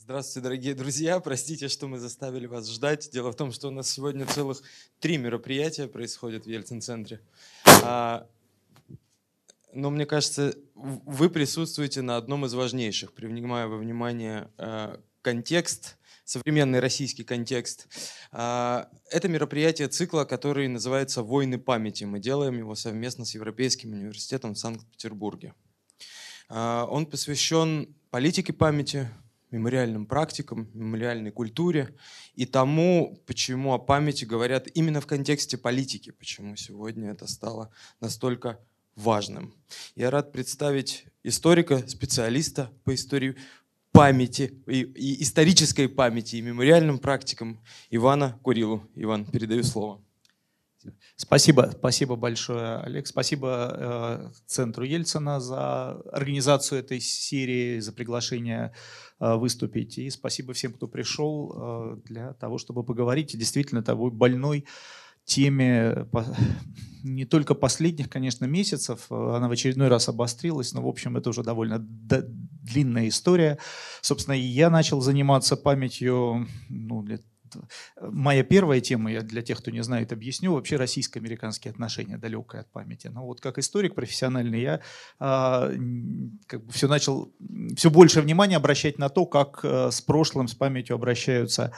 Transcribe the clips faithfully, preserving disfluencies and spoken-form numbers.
Здравствуйте, дорогие друзья. Простите, что мы заставили вас ждать. Дело в том, что у нас сегодня целых три мероприятия происходят в Ельцин-центре. А, но мне кажется, в- вы присутствуете на одном из важнейших, принимая во внимание а, контекст, современный российский контекст. А, это мероприятие цикла, который называется «Войны памяти». Мы делаем его совместно с Европейским университетом в Санкт-Петербурге. А, Он посвящен политике памяти, мемориальным практикам, мемориальной культуре и тому, почему о памяти говорят именно в контексте политики, почему сегодня это стало настолько важным. Я рад представить историка, специалиста по истории памяти, и, и исторической памяти, и мемориальным практикам Ивана Курилу. Иван, передаю слово. Спасибо, спасибо большое, Олег. Спасибо э, Центру Ельцина за организацию этой серии, за приглашение э, выступить. И спасибо всем, кто пришел э, для того, чтобы поговорить о действительно такой больной теме по, не только последних, конечно, месяцев. Она в очередной раз обострилась, но, в общем, это уже довольно длинная история. Собственно, я начал заниматься памятью ну, лет Моя первая тема, я для тех, кто не знает, объясню, вообще российско-американские отношения, далекая от памяти. Но вот как историк профессиональный я а, как бы все начал, все больше внимания обращать на то, как а, с прошлым, с памятью обращаются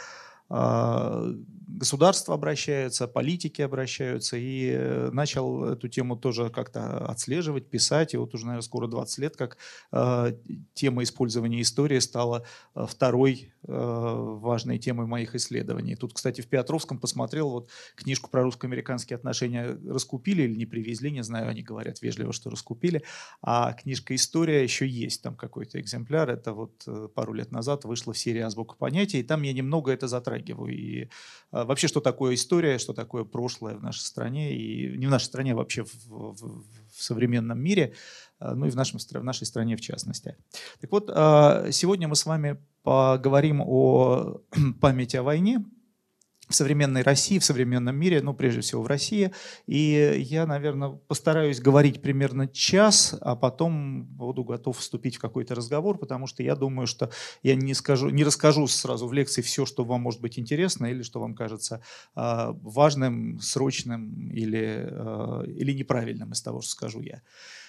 а, государства обращаются, политики обращаются, и начал эту тему тоже как-то отслеживать, писать. И вот уже, наверное, скоро двадцать лет, как э, тема использования истории стала второй э, важной темой моих исследований. Тут, кстати, в Петровском посмотрел, вот книжку про русско-американские отношения раскупили или не привезли, не знаю, они говорят вежливо, что раскупили, а книжка «История» еще есть, там какой-то экземпляр, это вот пару лет назад вышла в серии «Азбука понятий», и там я немного это затрагиваю, и вообще, что такое история, что такое прошлое в нашей стране, и не в нашей стране, а вообще в, в, в современном мире, ну и в, нашем, в нашей стране в частности. Так вот, сегодня мы с вами поговорим о памяти о войне в современной России, в современном мире, ну, прежде всего в России. И я, наверное, постараюсь говорить примерно час, а потом буду готов вступить в какой-то разговор, потому что я думаю, что я не, скажу, не расскажу сразу в лекции все, что вам может быть интересно или что вам кажется э, важным, срочным или, э, или неправильным из того, что скажу я.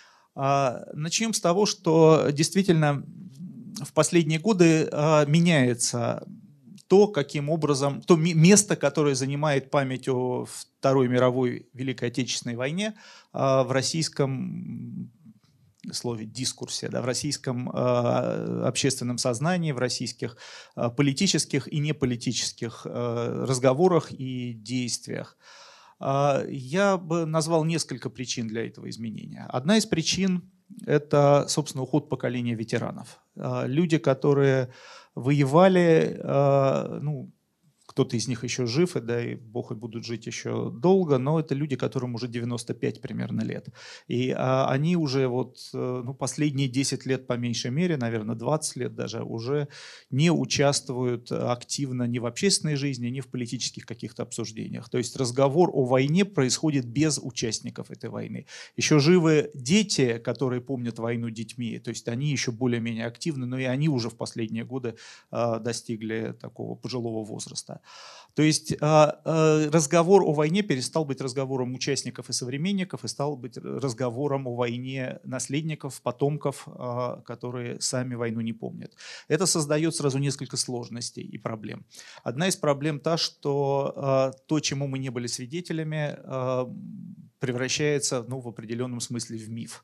А, начнем с того, что действительно в последние годы э, меняется то, каким образом, то место, которое занимает память о Второй мировой Великой Отечественной войне в российском слове дискурсе, да, в российском э, общественном сознании, в российских э, политических и неполитических э, разговорах и действиях. Э, я бы назвал несколько причин для этого изменения. Одна из причин – это, собственно, уход поколения ветеранов. Э, люди, которые воевали, ну, кто-то из них еще жив, и дай бог и будут жить еще долго, но это люди, которым уже девяносто пять примерно лет. И а, они уже вот, ну, последние десять лет по меньшей мере, наверное, двадцать лет даже, уже не участвуют активно ни в общественной жизни, ни в политических каких-то обсуждениях. То есть разговор о войне происходит без участников этой войны. Еще живы дети, которые помнят войну детьми, то есть они еще более-менее активны, но и они уже в последние годы а, достигли такого пожилого возраста. То есть разговор о войне перестал быть разговором участников и современников и стал быть разговором о войне наследников, потомков, которые сами войну не помнят. Это создает сразу несколько сложностей и проблем. Одна из проблем та, что то, чему мы не были свидетелями, превращается, ну, в определенном смысле в миф.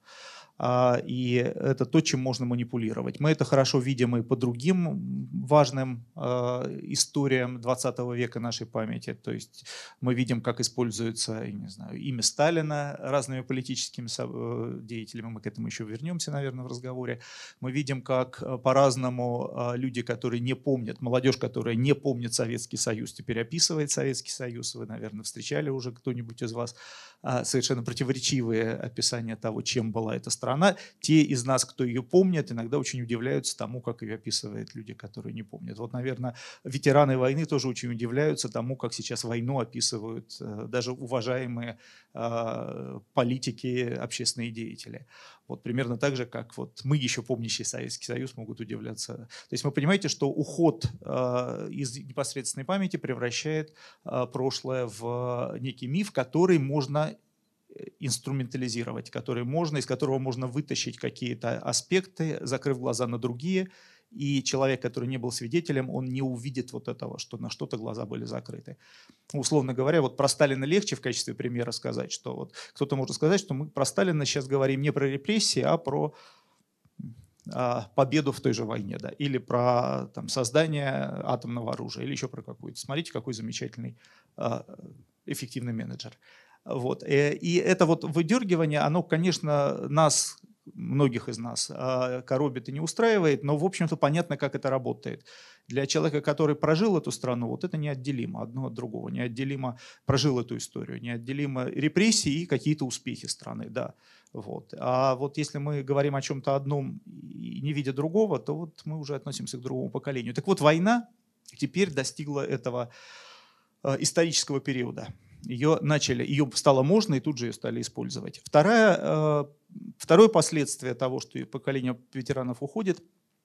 И это то, чем можно манипулировать. Мы это хорошо видим и по другим важным историям двадцатого века нашей памяти. То есть мы видим, как используется, я не знаю, имя Сталина разными политическими деятелями. Мы к этому еще вернемся, наверное, в разговоре. Мы видим, как по-разному люди, которые не помнят, молодежь, которая не помнит Советский Союз, теперь описывает Советский Союз. Вы, наверное, встречали уже кто-нибудь из вас совершенно противоречивые описания того, чем была эта страна. Страна. Те из нас, кто ее помнит, иногда очень удивляются тому, как ее описывают люди, которые не помнят. Вот, наверное, наверное, ветераны войны тоже очень удивляются тому, как сейчас войну описывают даже уважаемые политики, общественные деятели. Вот примерно так же, как вот мы, еще помнящие Советский Союз, могут удивляться. То есть вы понимаете, что уход из непосредственной памяти превращает прошлое в некий миф, который можно инструментализировать, который можно, из которого можно вытащить какие-то аспекты, закрыв глаза на другие, и человек, который не был свидетелем, он не увидит вот этого, что на что-то глаза были закрыты. Условно говоря, вот про Сталина легче в качестве примера сказать, что вот кто-то может сказать, что мы про Сталина сейчас говорим не про репрессии, а про а, победу в той же войне, да, или про там, создание атомного оружия, или еще про какую-то. Смотрите, какой замечательный, а, эффективный менеджер. Вот. И это вот выдергивание, оно, конечно, нас, многих из нас, коробит и не устраивает, но, в общем-то, понятно, как это работает. Для человека, который прожил эту страну, вот это неотделимо одно от другого, неотделимо прожил эту историю, неотделимо репрессии и какие-то успехи страны, да. Вот. А вот если мы говорим о чем-то одном и не видя другого, то вот мы уже относимся к другому поколению. Так вот, война теперь достигла этого исторического периода. Ее начали, ее стало можно, и тут же ее стали использовать. Второе, второе последствие того, что поколение ветеранов уходит,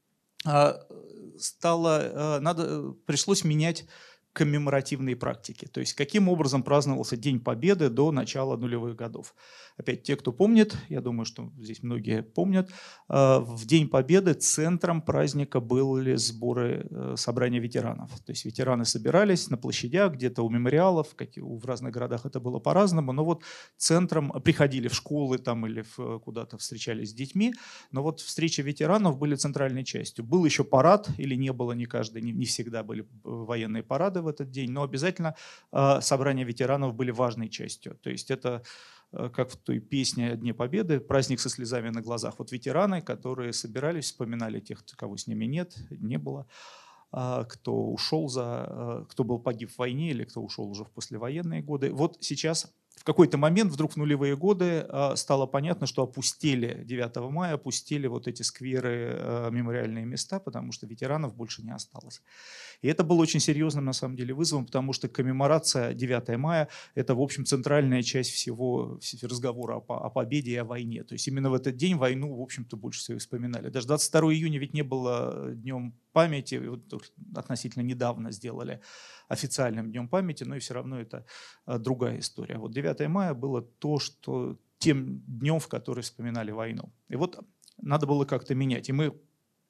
стало, надо, пришлось менять коммеморативные практики. То есть каким образом праздновался День Победы до начала нулевых годов. Опять те, кто помнит, я думаю, что здесь многие помнят, в День Победы центром праздника были сборы собрания ветеранов. То есть ветераны собирались на площадях, где-то у мемориалов, в разных городах это было по-разному, но вот центром приходили в школы там, или куда-то встречались с детьми, но вот встречи ветеранов были центральной частью. Был еще парад, или не было, не каждый, не, не всегда были военные парады в этот день, но обязательно э, собрания ветеранов были важной частью. То есть это, э, как в той песне о Дне Победы, праздник со слезами на глазах. Вот ветераны, которые собирались, вспоминали тех, кого с ними нет, не было, э, кто ушел за, э, кто был погиб в войне или кто ушел уже в послевоенные годы. Вот сейчас в какой-то момент, вдруг в нулевые годы, стало понятно, что опустели девятого мая, опустели вот эти скверы, мемориальные места, потому что ветеранов больше не осталось. И это было очень серьезным, на самом деле, вызовом, потому что коммеморация девятого мая – это, в общем, центральная часть всего разговора о победе и о войне. То есть именно в этот день войну, в общем-то, больше всего вспоминали. Даже двадцать второго июня ведь не было днем памяти, вот относительно недавно сделали официальным днем памяти, но и все равно это другая история. Вот девятого мая было то, что тем днем, в который вспоминали войну. И вот надо было как-то менять. И мы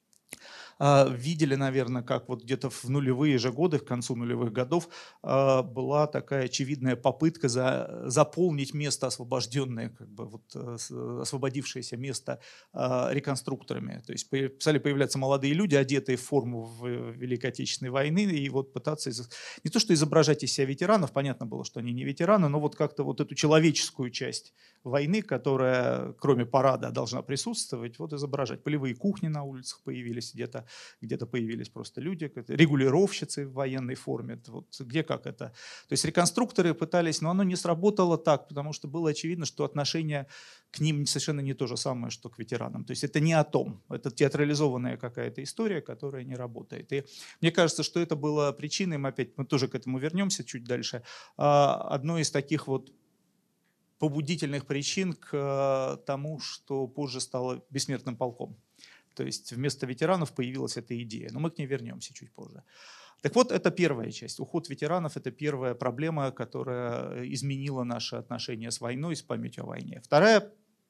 видели, наверное, как вот где-то в нулевые же годы, к концу нулевых годов, была такая очевидная попытка за, заполнить место освобожденное, как бы вот, освободившееся место реконструкторами. То есть стали появляться молодые люди, одетые в форму Великой Отечественной войны, и вот пытаться не то что изображать из себя ветеранов, понятно было, что они не ветераны, но вот как-то вот эту человеческую часть войны, которая кроме парада должна присутствовать, вот изображать. Полевые кухни на улицах появились где-то, где-то появились просто люди, регулировщицы в военной форме, вот где как это. То есть реконструкторы пытались, но оно не сработало так, потому что было очевидно, что отношение к ним совершенно не то же самое, что к ветеранам. То есть это не о том, это театрализованная какая-то история, которая не работает. И мне кажется, что это было причиной, мы опять, мы тоже к этому вернемся чуть дальше, одной из таких вот побудительных причин к тому, что позже стало бессмертным полком. То есть вместо ветеранов появилась эта идея, но мы к ней вернемся чуть позже. Так вот, это первая часть. Уход ветеранов – это первая проблема, которая изменила наше отношение с войной, с памятью о войне. Вторая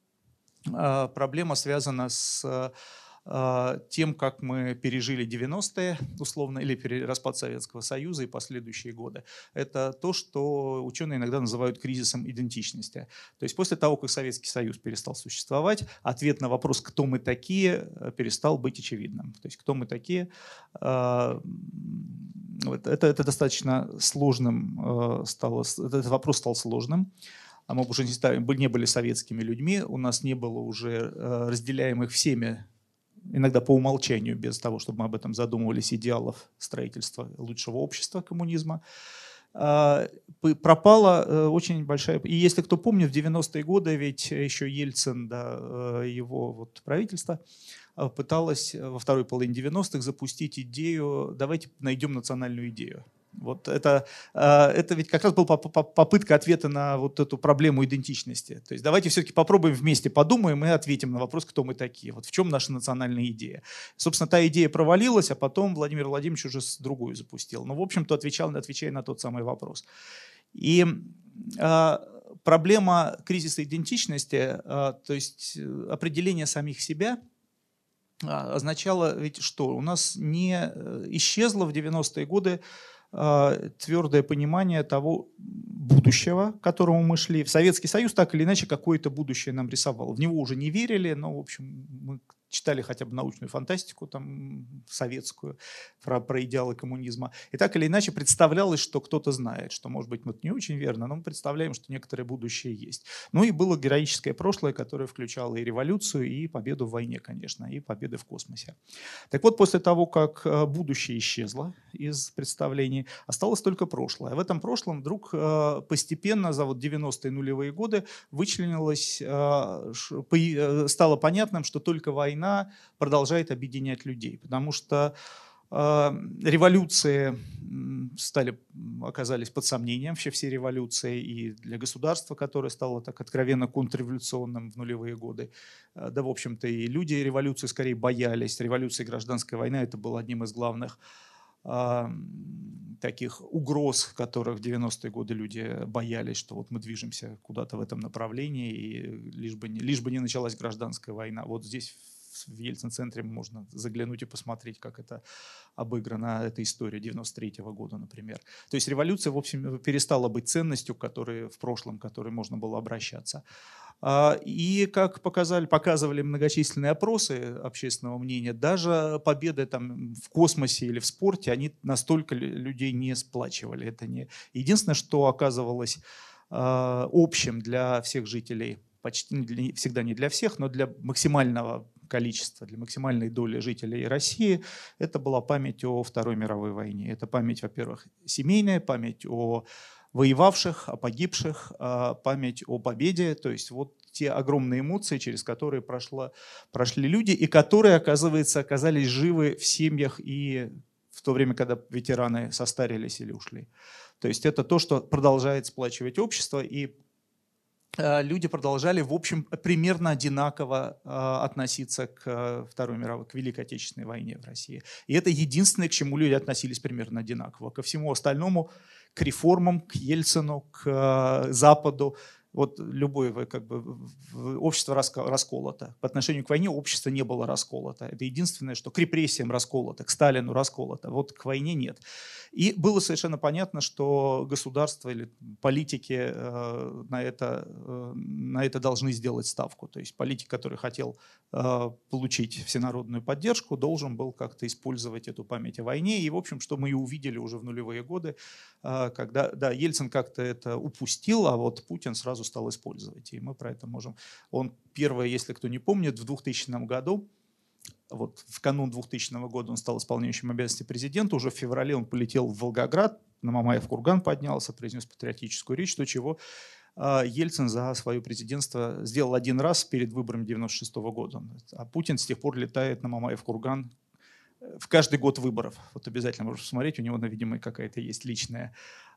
э, проблема связана с э, тем, как мы пережили девяностые, условно, или распад Советского Союза и последующие годы. Это то, что ученые иногда называют кризисом идентичности. То есть после того, как Советский Союз перестал существовать, ответ на вопрос, кто мы такие, перестал быть очевидным. То есть кто мы такие, э, это, это достаточно сложным э, стало, этот вопрос стал сложным. Мы уже не были советскими людьми, у нас не было уже разделяемых всеми, иногда по умолчанию, без того, чтобы мы об этом задумывались, идеалов строительства лучшего общества коммунизма. Пропала очень большая... И если кто помнит, в девяностые годы ведь еще Ельцин, да, его вот правительство, пыталась во второй половине девяностых запустить идею «давайте найдем национальную идею». Вот это, это ведь как раз была попытка ответа на вот эту проблему идентичности. То есть давайте все-таки попробуем вместе подумаем и ответим на вопрос, кто мы такие. Вот в чем наша национальная идея. Собственно, та идея провалилась, а потом Владимир Владимирович уже другую запустил. Но, в общем-то, отвечал, отвечая на тот самый вопрос. И а, проблема кризиса идентичности, а, то есть определение самих себя, а, означало ведь что? У нас не исчезло в девяностые годы твердое понимание того будущего, к которому мы шли. В Советский Союз так или иначе какое-то будущее нам рисовал. В него уже не верили, но, в общем, мы читали хотя бы научную фантастику там, советскую про, про идеалы коммунизма. И так или иначе представлялось, что кто-то знает, что, может быть, это не очень верно, но мы представляем, что некоторое будущее есть. Ну и было героическое прошлое, которое включало и революцию, и победу в войне, конечно, и победы в космосе. Так вот, после того, как будущее исчезло из представлений, осталось только прошлое. В этом прошлом вдруг постепенно за вот девяностые нулевые годы вычленилось, стало понятным, что только война продолжает объединять людей, потому что революции стали, оказались под сомнением, вообще все революции, и для государства, которое стало так откровенно контрреволюционным в нулевые годы. Да, в общем-то, и люди революции скорее боялись. Революция и гражданская война – это был одним из главных таких угроз, которых в девяностые годы люди боялись, что вот мы движемся куда-то в этом направлении, и лишь бы не, лишь бы не началась гражданская война. Вот здесь в Ельцин-центре можно заглянуть и посмотреть, как это обыграна эта история девяносто третьего года, например. То есть революция, в общем, перестала быть ценностью, которой, в прошлом, к которой можно было обращаться. И, как показали, показывали многочисленные опросы общественного мнения, даже победы там, в космосе или в спорте, они настолько людей не сплачивали. Это не... Единственное, что оказывалось общим для всех жителей, почти для, всегда не для всех, но для максимального количества, для максимальной доли жителей России, это была память о Второй мировой войне. Это память, во-первых, семейная, память о воевавших, о погибших, память о победе, то есть вот те огромные эмоции, через которые прошло, прошли люди, и которые, оказывается, оказались живы в семьях и в то время, когда ветераны состарились или ушли. То есть это то, что продолжает сплачивать общество, и люди продолжали, в общем, примерно одинаково относиться к Второй мировой, к Великой Отечественной войне в России. И это единственное, к чему люди относились примерно одинаково. Ко всему остальному, к реформам, к Ельцину, к Западу, вот любое как бы, общество расколото. По отношению к войне общество не было расколото. Это единственное, что к репрессиям расколото, к Сталину расколото. Вот к войне нет. И было совершенно понятно, что государство или политики на это, на это должны сделать ставку. То есть политик, который хотел получить всенародную поддержку, должен был как-то использовать эту память о войне. И, в общем, что мы и увидели уже в нулевые годы, когда да, Ельцин как-то это упустил, а вот Путин сразу стал использовать. И мы про это можем... Он первое, если кто не помнит, в двухтысячном году, вот в канун двухтысячного года он стал исполняющим обязанности президента, уже в феврале он полетел в Волгоград, на Мамаев курган поднялся, произнес патриотическую речь, то чего Ельцин за свое президентство сделал один раз перед выборами девяносто шестого года. А Путин с тех пор летает на Мамаев курган в каждый год выборов. Вот обязательно можно посмотреть, у него, видимо, какая-то есть личная,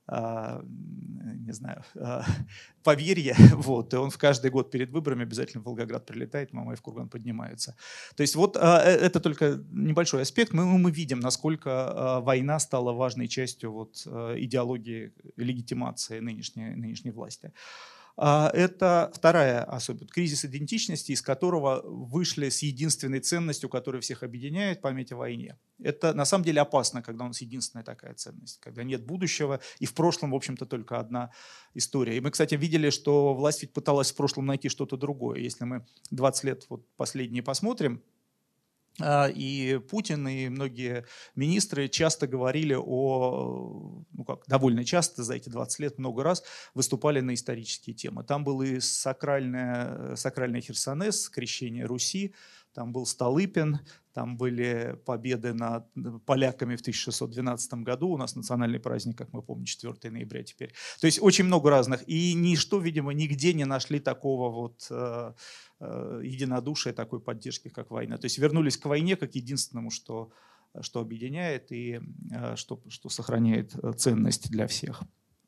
не знаю, поверье. Вот, и он в каждый год перед выборами обязательно в Волгоград прилетает, Мамаев курган поднимается. То есть вот это только небольшой аспект. Мы, мы видим, насколько война стала важной частью вот идеологии легитимации нынешней, нынешней власти. Это вторая особенность, кризис идентичности, из которого вышли с единственной ценностью, которая всех объединяет, память о войне. Это на самом деле опасно, когда у нас единственная такая ценность, когда нет будущего, и в прошлом, в общем-то, только одна история. И мы, кстати, видели, что власть ведь пыталась в прошлом найти что-то другое. Если мы двадцать лет вот последние посмотрим, и Путин, и многие министры часто говорили о, ну как, довольно часто за эти двадцать лет много раз выступали на исторические темы. Там был и сакральная, сакральный Херсонес, крещение Руси, там был Столыпин, там были победы над поляками в тысяча шестьсот двенадцатом году, у нас национальный праздник, как мы помним, четвёртого ноября теперь. То есть очень много разных. И ничто, видимо, нигде не нашли такого вот э, э, единодушия, такой поддержки, как война. То есть вернулись к войне как единственному, что, что объединяет и э, что, что сохраняет ценность для всех.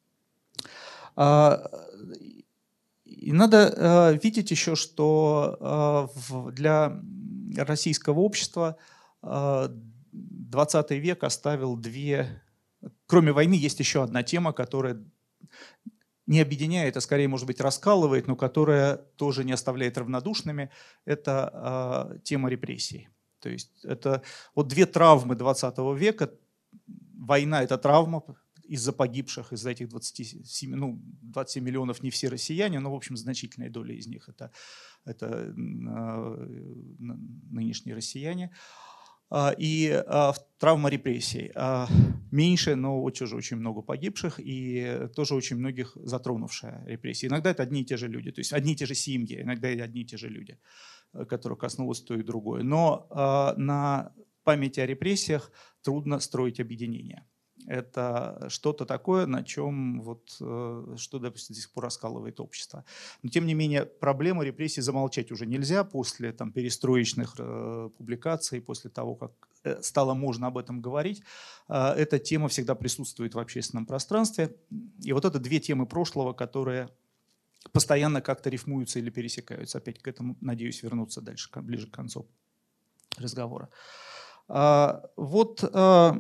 И надо э, видеть еще, что э, в, для российского общества э, двадцатый век оставил две... Кроме войны есть еще одна тема, которая не объединяет, а скорее, может быть, раскалывает, но которая тоже не оставляет равнодушными. Это э, тема репрессий. То есть это вот две травмы двадцатого века. Война – это травма из-за погибших, из-за этих двадцати семи, ну, двадцать семь миллионов не все россияне, но, в общем, значительная доля из них это, это э, нынешние россияне. И э, травма репрессий. Меньше, но тоже очень много погибших и тоже очень многих затронувшая репрессии. Иногда это одни и те же люди, то есть одни и те же семьи, иногда и одни и те же люди, которых коснулось то и другое. Но э, на памяти о репрессиях трудно строить объединение. Это что-то такое, на чем вот, что, допустим, до сих пор раскалывает общество. Но, тем не менее, проблему репрессий замолчать уже нельзя после там, перестроечных э, публикаций, после того, как стало можно об этом говорить. Э, эта тема всегда присутствует в общественном пространстве. И вот это две темы прошлого, которые постоянно как-то рифмуются или пересекаются. Опять к этому, надеюсь, вернуться дальше, ближе к концу разговора. Э, вот... Э,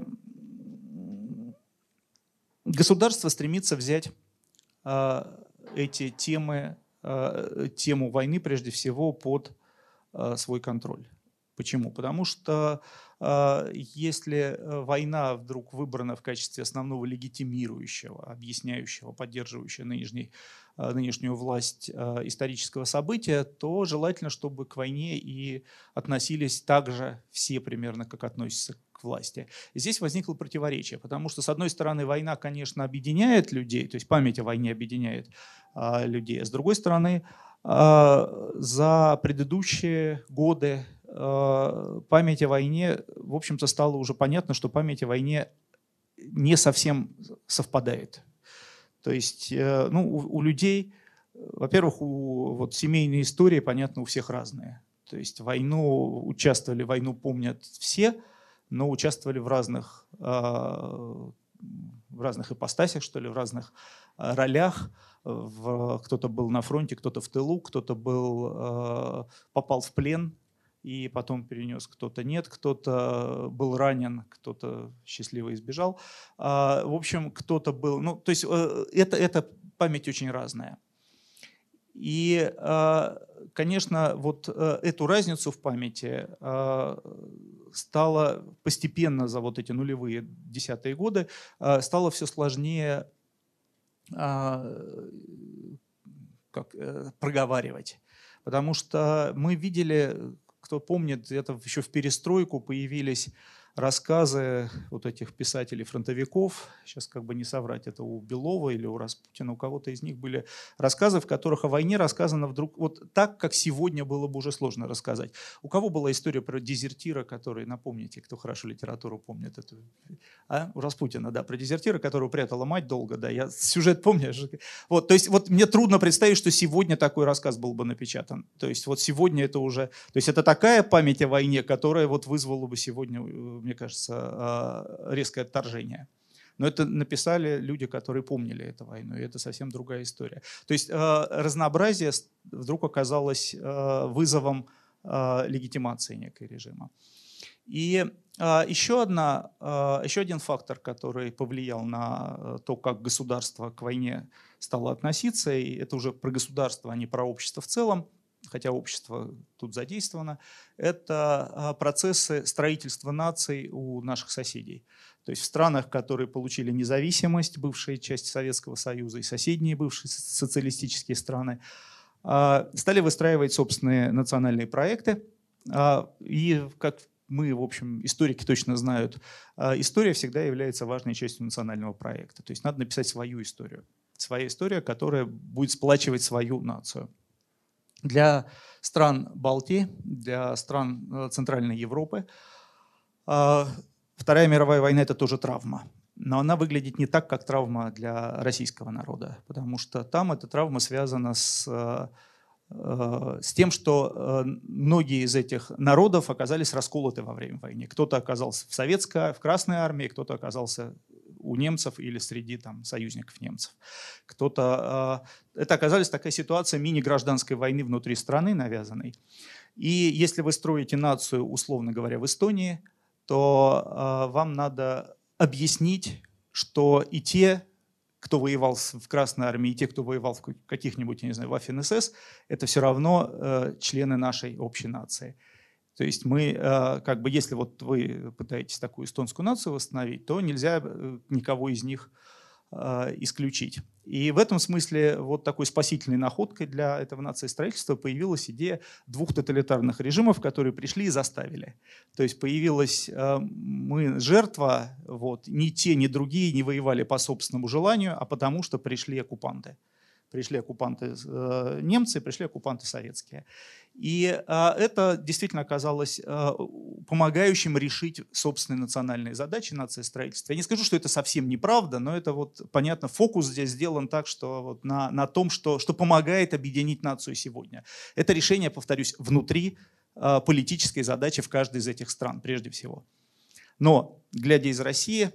Государство стремится взять э, эти темы, э, тему войны прежде всего под э, свой контроль. Почему? Потому что э, если война вдруг выбрана в качестве основного легитимирующего, объясняющего, поддерживающего нынешний, э, нынешнюю власть э, исторического события, то желательно, чтобы к войне и относились так же все примерно, как относятся к власти. И здесь возникло противоречие, потому что, с одной стороны, война, конечно, объединяет людей, то есть память о войне объединяет а, людей, а с другой стороны, а, за предыдущие годы а, память о войне, в общем-то, стало уже понятно, что память о войне не совсем совпадает. То есть ну, у, у людей, во-первых, у, вот, семейные истории, понятно, у всех разные. То есть войну участвовали, войну помнят все, но участвовали в разных, в разных ипостасях, что ли, в разных ролях. Кто-то был на фронте, кто-то в тылу, кто-то был, попал в плен и потом перенес, кто-то нет, кто-то был ранен, кто-то счастливо избежал. В общем, кто-то был... Ну, то есть это, это память очень разная. И, конечно, вот эту разницу в памяти стало постепенно за вот эти нулевые десятые годы стало все сложнее как, проговаривать. Потому что мы видели, кто помнит, это еще в перестройку появились рассказы вот этих писателей-фронтовиков, сейчас как бы не соврать, это у Белова или у Распутина, у кого-то из них были рассказы, в которых о войне рассказано вдруг вот так, как сегодня было бы уже сложно рассказать. У кого была история про дезертира, который, напомните, кто хорошо литературу помнит эту, а? У Распутина, да, про дезертира, которого прятала мать долго, да, я сюжет помню. Вот, то есть вот мне трудно представить, что сегодня такой рассказ был бы напечатан. То есть вот сегодня это уже, то есть это такая память о войне, которая вот вызвала бы сегодня, мне кажется, резкое отторжение. Но это написали люди, которые помнили эту войну, и это совсем другая история. То есть разнообразие вдруг оказалось вызовом легитимации некой режима. И еще, одна, еще один фактор, который повлиял на то, как государство к войне стало относиться, и это уже про государство, а не про общество в целом, хотя общество тут задействовано, это процессы строительства наций у наших соседей. То есть в странах, которые получили независимость, бывшая часть Советского Союза и соседние бывшие социалистические страны, стали выстраивать собственные национальные проекты. И, как мы, в общем, историки точно знают, история всегда является важной частью национального проекта. То есть надо написать свою историю. Своя история, которая будет сплачивать свою нацию. Для стран Балтии, для стран Центральной Европы Вторая мировая война – это тоже травма. Но она выглядит не так, как травма для российского народа, потому что там эта травма связана с, с тем, что многие из этих народов оказались расколоты во время войны. Кто-то оказался в советской, в Красной армии, кто-то оказался у немцев или среди там, союзников немцев. Кто-то, это оказалась такая ситуация мини-гражданской войны внутри страны навязанной. И если вы строите нацию, условно говоря, в Эстонии, то вам надо объяснить, что и те, кто воевал в Красной армии, и те, кто воевал в каких-нибудь, я не знаю, Waffen-эс эс, это все равно э, члены нашей общей нации. То есть мы, э, как бы, если вот вы пытаетесь такую эстонскую нацию восстановить, то нельзя никого из них э, исключить. И в этом смысле вот такой спасительной находкой для этого нациостроительства появилась идея двух тоталитарных режимов, которые пришли и заставили. То есть появилась э, мы жертва, вот, ни те, ни другие не воевали по собственному желанию, а потому что пришли оккупанты. Пришли оккупанты э, немцы, пришли оккупанты советские. И э, это действительно оказалось э, помогающим решить собственные национальные задачи нациостроительства. Я не скажу, что это совсем неправда, но это вот, понятно, фокус здесь сделан так, что вот на, на том, что, что помогает объединить нацию сегодня. Это решение, повторюсь, внутри э, политической задачи в каждой из этих стран, прежде всего. Но, глядя из России,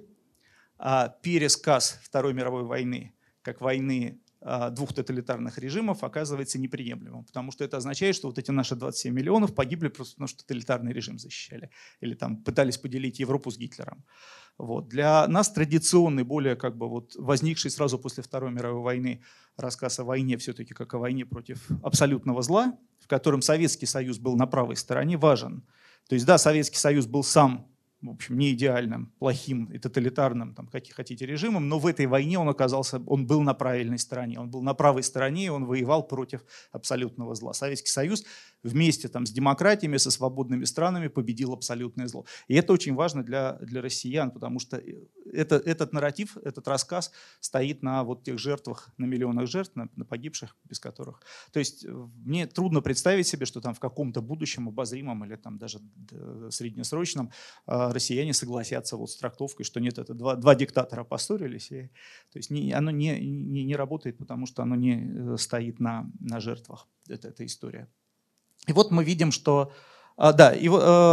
э, пересказ Второй мировой войны как войны двух тоталитарных режимов оказывается неприемлемым, потому что это означает, что вот эти наши двадцать семь миллионов погибли просто потому, что тоталитарный режим защищали или там пытались поделить Европу с Гитлером. Вот. Для нас традиционный, более как бы вот возникший сразу после Второй мировой войны рассказ о войне все-таки как о войне против абсолютного зла, в котором Советский Союз был на правой стороне, важен. То есть да, Советский Союз был сам, в общем, не идеальным, плохим и тоталитарным, там, каких хотите, режимом, но в этой войне он оказался, он был на правильной стороне, он был на правой стороне, и он воевал против абсолютного зла. Советский Союз вместе там, с демократиями, со свободными странами победил абсолютное зло. И это очень важно для, для россиян, потому что это, этот нарратив, этот рассказ стоит на вот тех жертвах, на миллионах жертв, на, на погибших, без которых. То есть мне трудно представить себе, что там в каком-то будущем обозримом или там даже среднесрочном россияне согласятся вот с трактовкой, что нет, это два, два диктатора поссорились. И, то есть не, оно не, не, не работает, потому что оно не стоит на, на жертвах, это, эта история. И вот мы видим, что… А, да, и,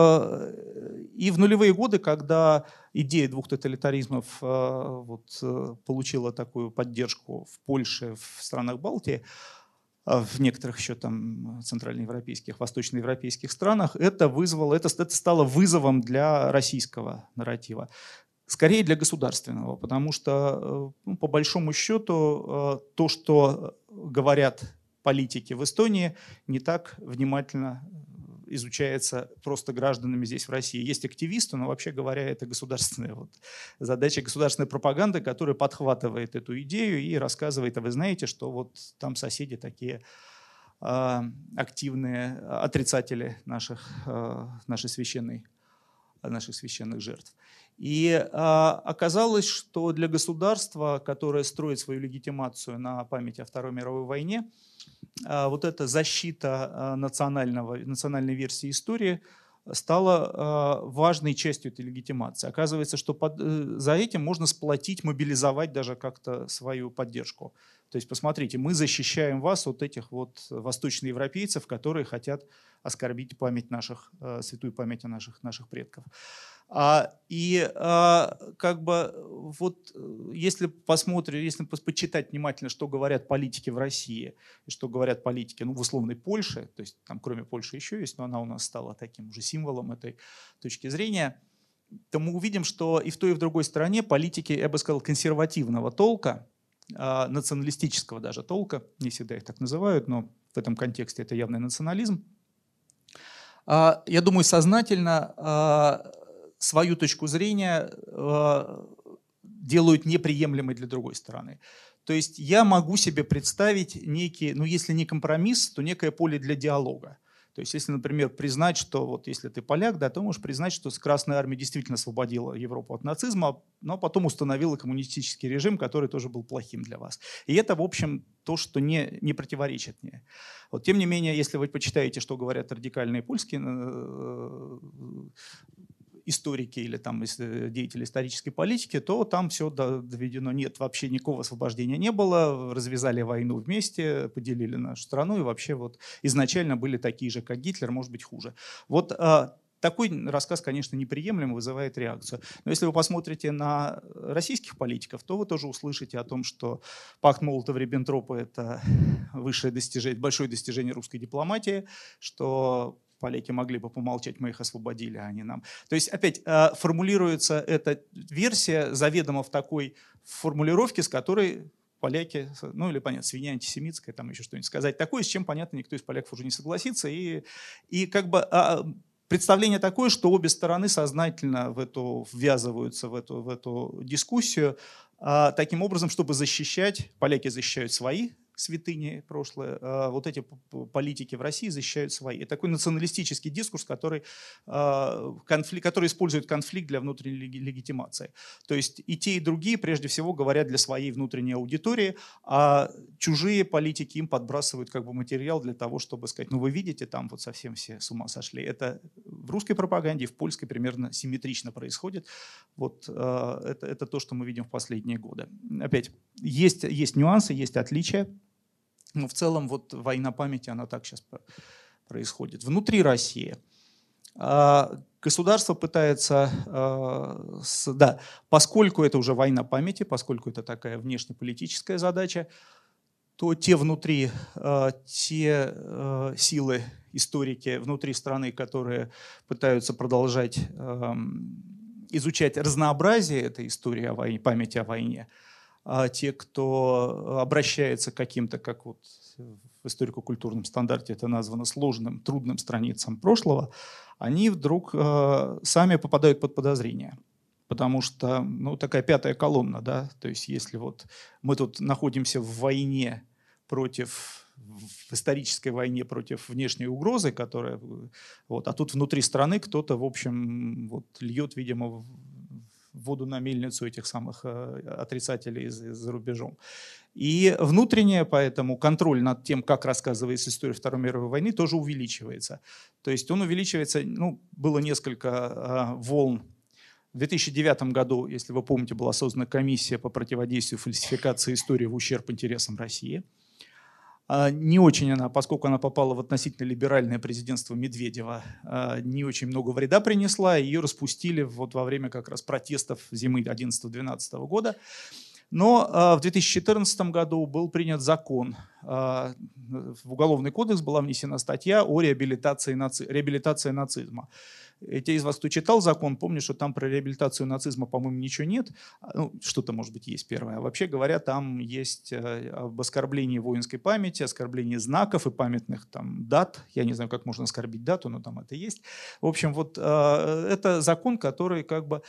э, и в нулевые годы, когда идея двух тоталитаризмов э, вот, получила такую поддержку в Польше, в странах Балтии, в некоторых еще там центральноевропейских, восточноевропейских странах, это вызвало, это, это стало вызовом для российского нарратива. Скорее для государственного, потому что, ну, по большому счету, то, что говорят политики в Эстонии, не так внимательно изучается просто гражданами здесь, в России. Есть активисты, но вообще говоря, это государственная вот задача, государственной пропаганды, которая подхватывает эту идею и рассказывает, а вы знаете, что вот там соседи такие э, активные отрицатели наших, э, нашей священной, наших священных жертв. И э, оказалось, что для государства, которое строит свою легитимацию на памяти о Второй мировой войне, э, вот эта защита э, национального, национальной версии истории стала э, важной частью этой легитимации. Оказывается, что под, э, за этим можно сплотить, мобилизовать даже как-то свою поддержку. То есть, посмотрите, мы защищаем вас от этих вот восточноевропейцев, которые хотят оскорбить память наших, э, святую память о наших, наших предков. А, и а, как бы вот если посмотреть, если почитать внимательно, что говорят политики в России и что говорят политики, ну, в условной Польше, то есть там кроме Польши еще есть, но она у нас стала таким уже символом этой точки зрения, то мы увидим, что и в той, и в другой стороне политики, я бы сказал, консервативного толка, а, националистического даже толка, не всегда их так называют, но в этом контексте это явный национализм, а, я думаю, сознательно а, свою точку зрения э, делают неприемлемой для другой стороны. То есть я могу себе представить некий, ну если не компромисс, то некое поле для диалога. То есть если, например, признать, что вот если ты поляк, да, то можешь признать, что Красная Армия действительно освободила Европу от нацизма, но потом установила коммунистический режим, который тоже был плохим для вас. И это, в общем, то, что не, не противоречит мне. Вот, тем не менее, если вы почитаете, что говорят радикальные польские историки или там деятели исторической политики, то там все доведено. Нет, вообще никакого освобождения не было, развязали войну вместе, поделили нашу страну и вообще вот изначально были такие же, как Гитлер, может быть, хуже. Вот а, такой рассказ, конечно, неприемлем, вызывает реакцию. Но если вы посмотрите на российских политиков, то вы тоже услышите о том, что пакт Молотова-Риббентропа – это высшее достижение, большое достижение русской дипломатии, что поляки могли бы помолчать, мы их освободили, а не нам. То есть опять формулируется эта версия заведомо в такой формулировке, с которой поляки, ну или понятно, свинья антисемитская, там еще что-нибудь сказать такое, с чем, понятно, никто из поляков уже не согласится. И, и как бы а, представление такое, что обе стороны сознательно в эту, ввязываются в эту, в эту дискуссию, а, таким образом, чтобы защищать, поляки защищают свои святыни прошлое, вот эти политики в России защищают свои. Это такой националистический дискурс, который, конфликт, который использует конфликт для внутренней легитимации. То есть и те, и другие прежде всего говорят для своей внутренней аудитории, а чужие политики им подбрасывают как бы материал для того, чтобы сказать, ну вы видите, там вот совсем все с ума сошли. Это в русской пропаганде и в польской примерно симметрично происходит. Вот это, это то, что мы видим в последние годы. Опять, есть, есть нюансы, есть отличия. Но в целом вот война памяти, она так сейчас происходит. Внутри России государство пытается, да, поскольку это уже война памяти, поскольку это такая внешнеполитическая задача, то те внутри, те силы, историки внутри страны, которые пытаются продолжать изучать разнообразие этой истории о войне, памяти о войне, а те, кто обращается к каким-то, как вот в историко-культурном стандарте это названо, сложным, трудным страницам прошлого, они вдруг э, сами попадают под подозрение. Потому что, ну, такая пятая колонна, да, то есть если вот мы тут находимся в войне против, в исторической войне против внешней угрозы, которая, вот, а тут внутри страны кто-то, в общем, вот, льет, видимо, воду на мельницу этих самых отрицателей за рубежом. И внутреннее, поэтому контроль над тем, как рассказывается история Второй мировой войны, тоже увеличивается. То есть он увеличивается, ну, было несколько волн. В две тысячи девятом году, если вы помните, была создана комиссия по противодействию фальсификации истории в ущерб интересам России. Не очень она, поскольку она попала в относительно либеральное президентство Медведева, не очень много вреда принесла. Ее распустили вот во время как раз протестов зимы две тысячи одиннадцатого-две тысячи двенадцатого года. Но в две тысячи четырнадцатом году был принят закон. В Уголовный кодекс была внесена статья о реабилитации, наци... реабилитации нацизма. Те из вас, кто читал закон, помню, что там про реабилитацию нацизма, по-моему, ничего нет. Ну, что-то, может быть, есть первое. А вообще говоря, там есть об оскорблении воинской памяти, оскорблении знаков и памятных там, дат. Я не знаю, как можно оскорбить дату, но там это есть. В общем, вот это закон, который как бы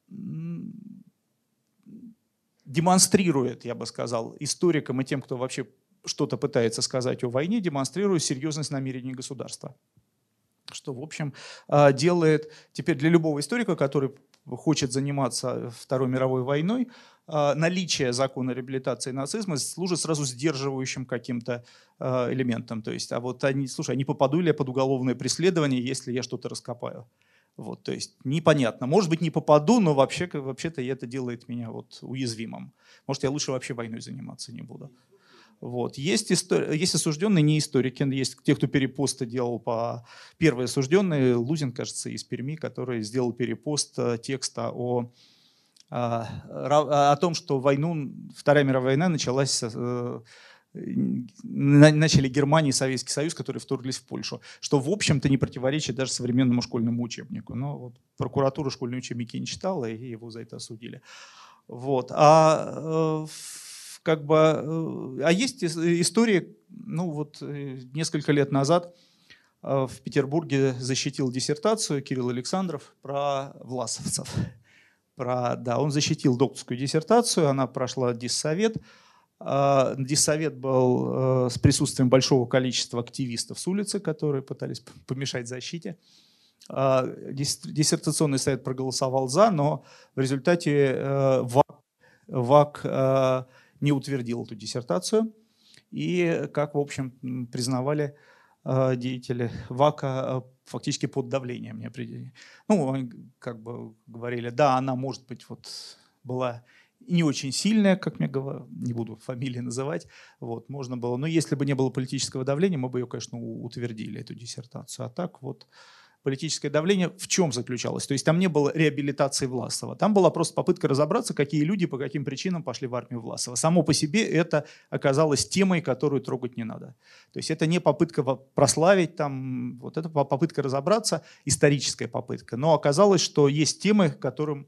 демонстрирует, я бы сказал, историкам и тем, кто вообще что-то пытается сказать о войне, демонстрирует серьезность намерений государства. Что, в общем, делает теперь для любого историка, который хочет заниматься Второй мировой войной, наличие закона реабилитации нацизма служит сразу сдерживающим каким-то элементом. То есть, а вот они, слушай, а не попаду ли я под уголовное преследование, если я что-то раскопаю? Вот, то есть непонятно. Может быть, не попаду, но вообще, вообще-то это делает меня вот уязвимым. Может, я лучше вообще войной заниматься не буду. Вот. Есть, истор... есть осужденные не историки, есть те, кто перепосты делал по... Первый осужденный, Лузин, кажется, из Перми, который сделал перепост текста о, о, о том, что войну, Вторая мировая война началась с... начали Германия и Советский Союз, которые вторглись в Польшу, что, в общем-то, не противоречит даже современному школьному учебнику. Но вот прокуратура школьные учебники не читала, и его за это осудили. Вот. А, как бы, а есть истории, ну вот несколько лет назад в Петербурге защитил диссертацию Кирилл Александров про власовцев. Про, да, он защитил докторскую диссертацию, она прошла диссовет. Диссовет был с присутствием большого количества активистов с улицы, которые пытались помешать защите. Диссертационный совет проголосовал за, но в результате ВАК, ВАК не утвердил эту диссертацию. И, как, в общем, признавали деятели ВАКа, фактически под давлением. Ну, они как бы говорили, да, она, может быть, вот была не очень сильная, как мне говорят, не буду фамилии называть, вот, можно было. Но если бы не было политического давления, мы бы ее, конечно, утвердили, эту диссертацию. А так вот политическое давление в чем заключалось? То есть там не было реабилитации Власова. Там была просто попытка разобраться, какие люди по каким причинам пошли в армию Власова. Само по себе это оказалось темой, которую трогать не надо. То есть это не попытка прославить, там, вот это попытка разобраться, историческая попытка. Но оказалось, что есть темы, к которым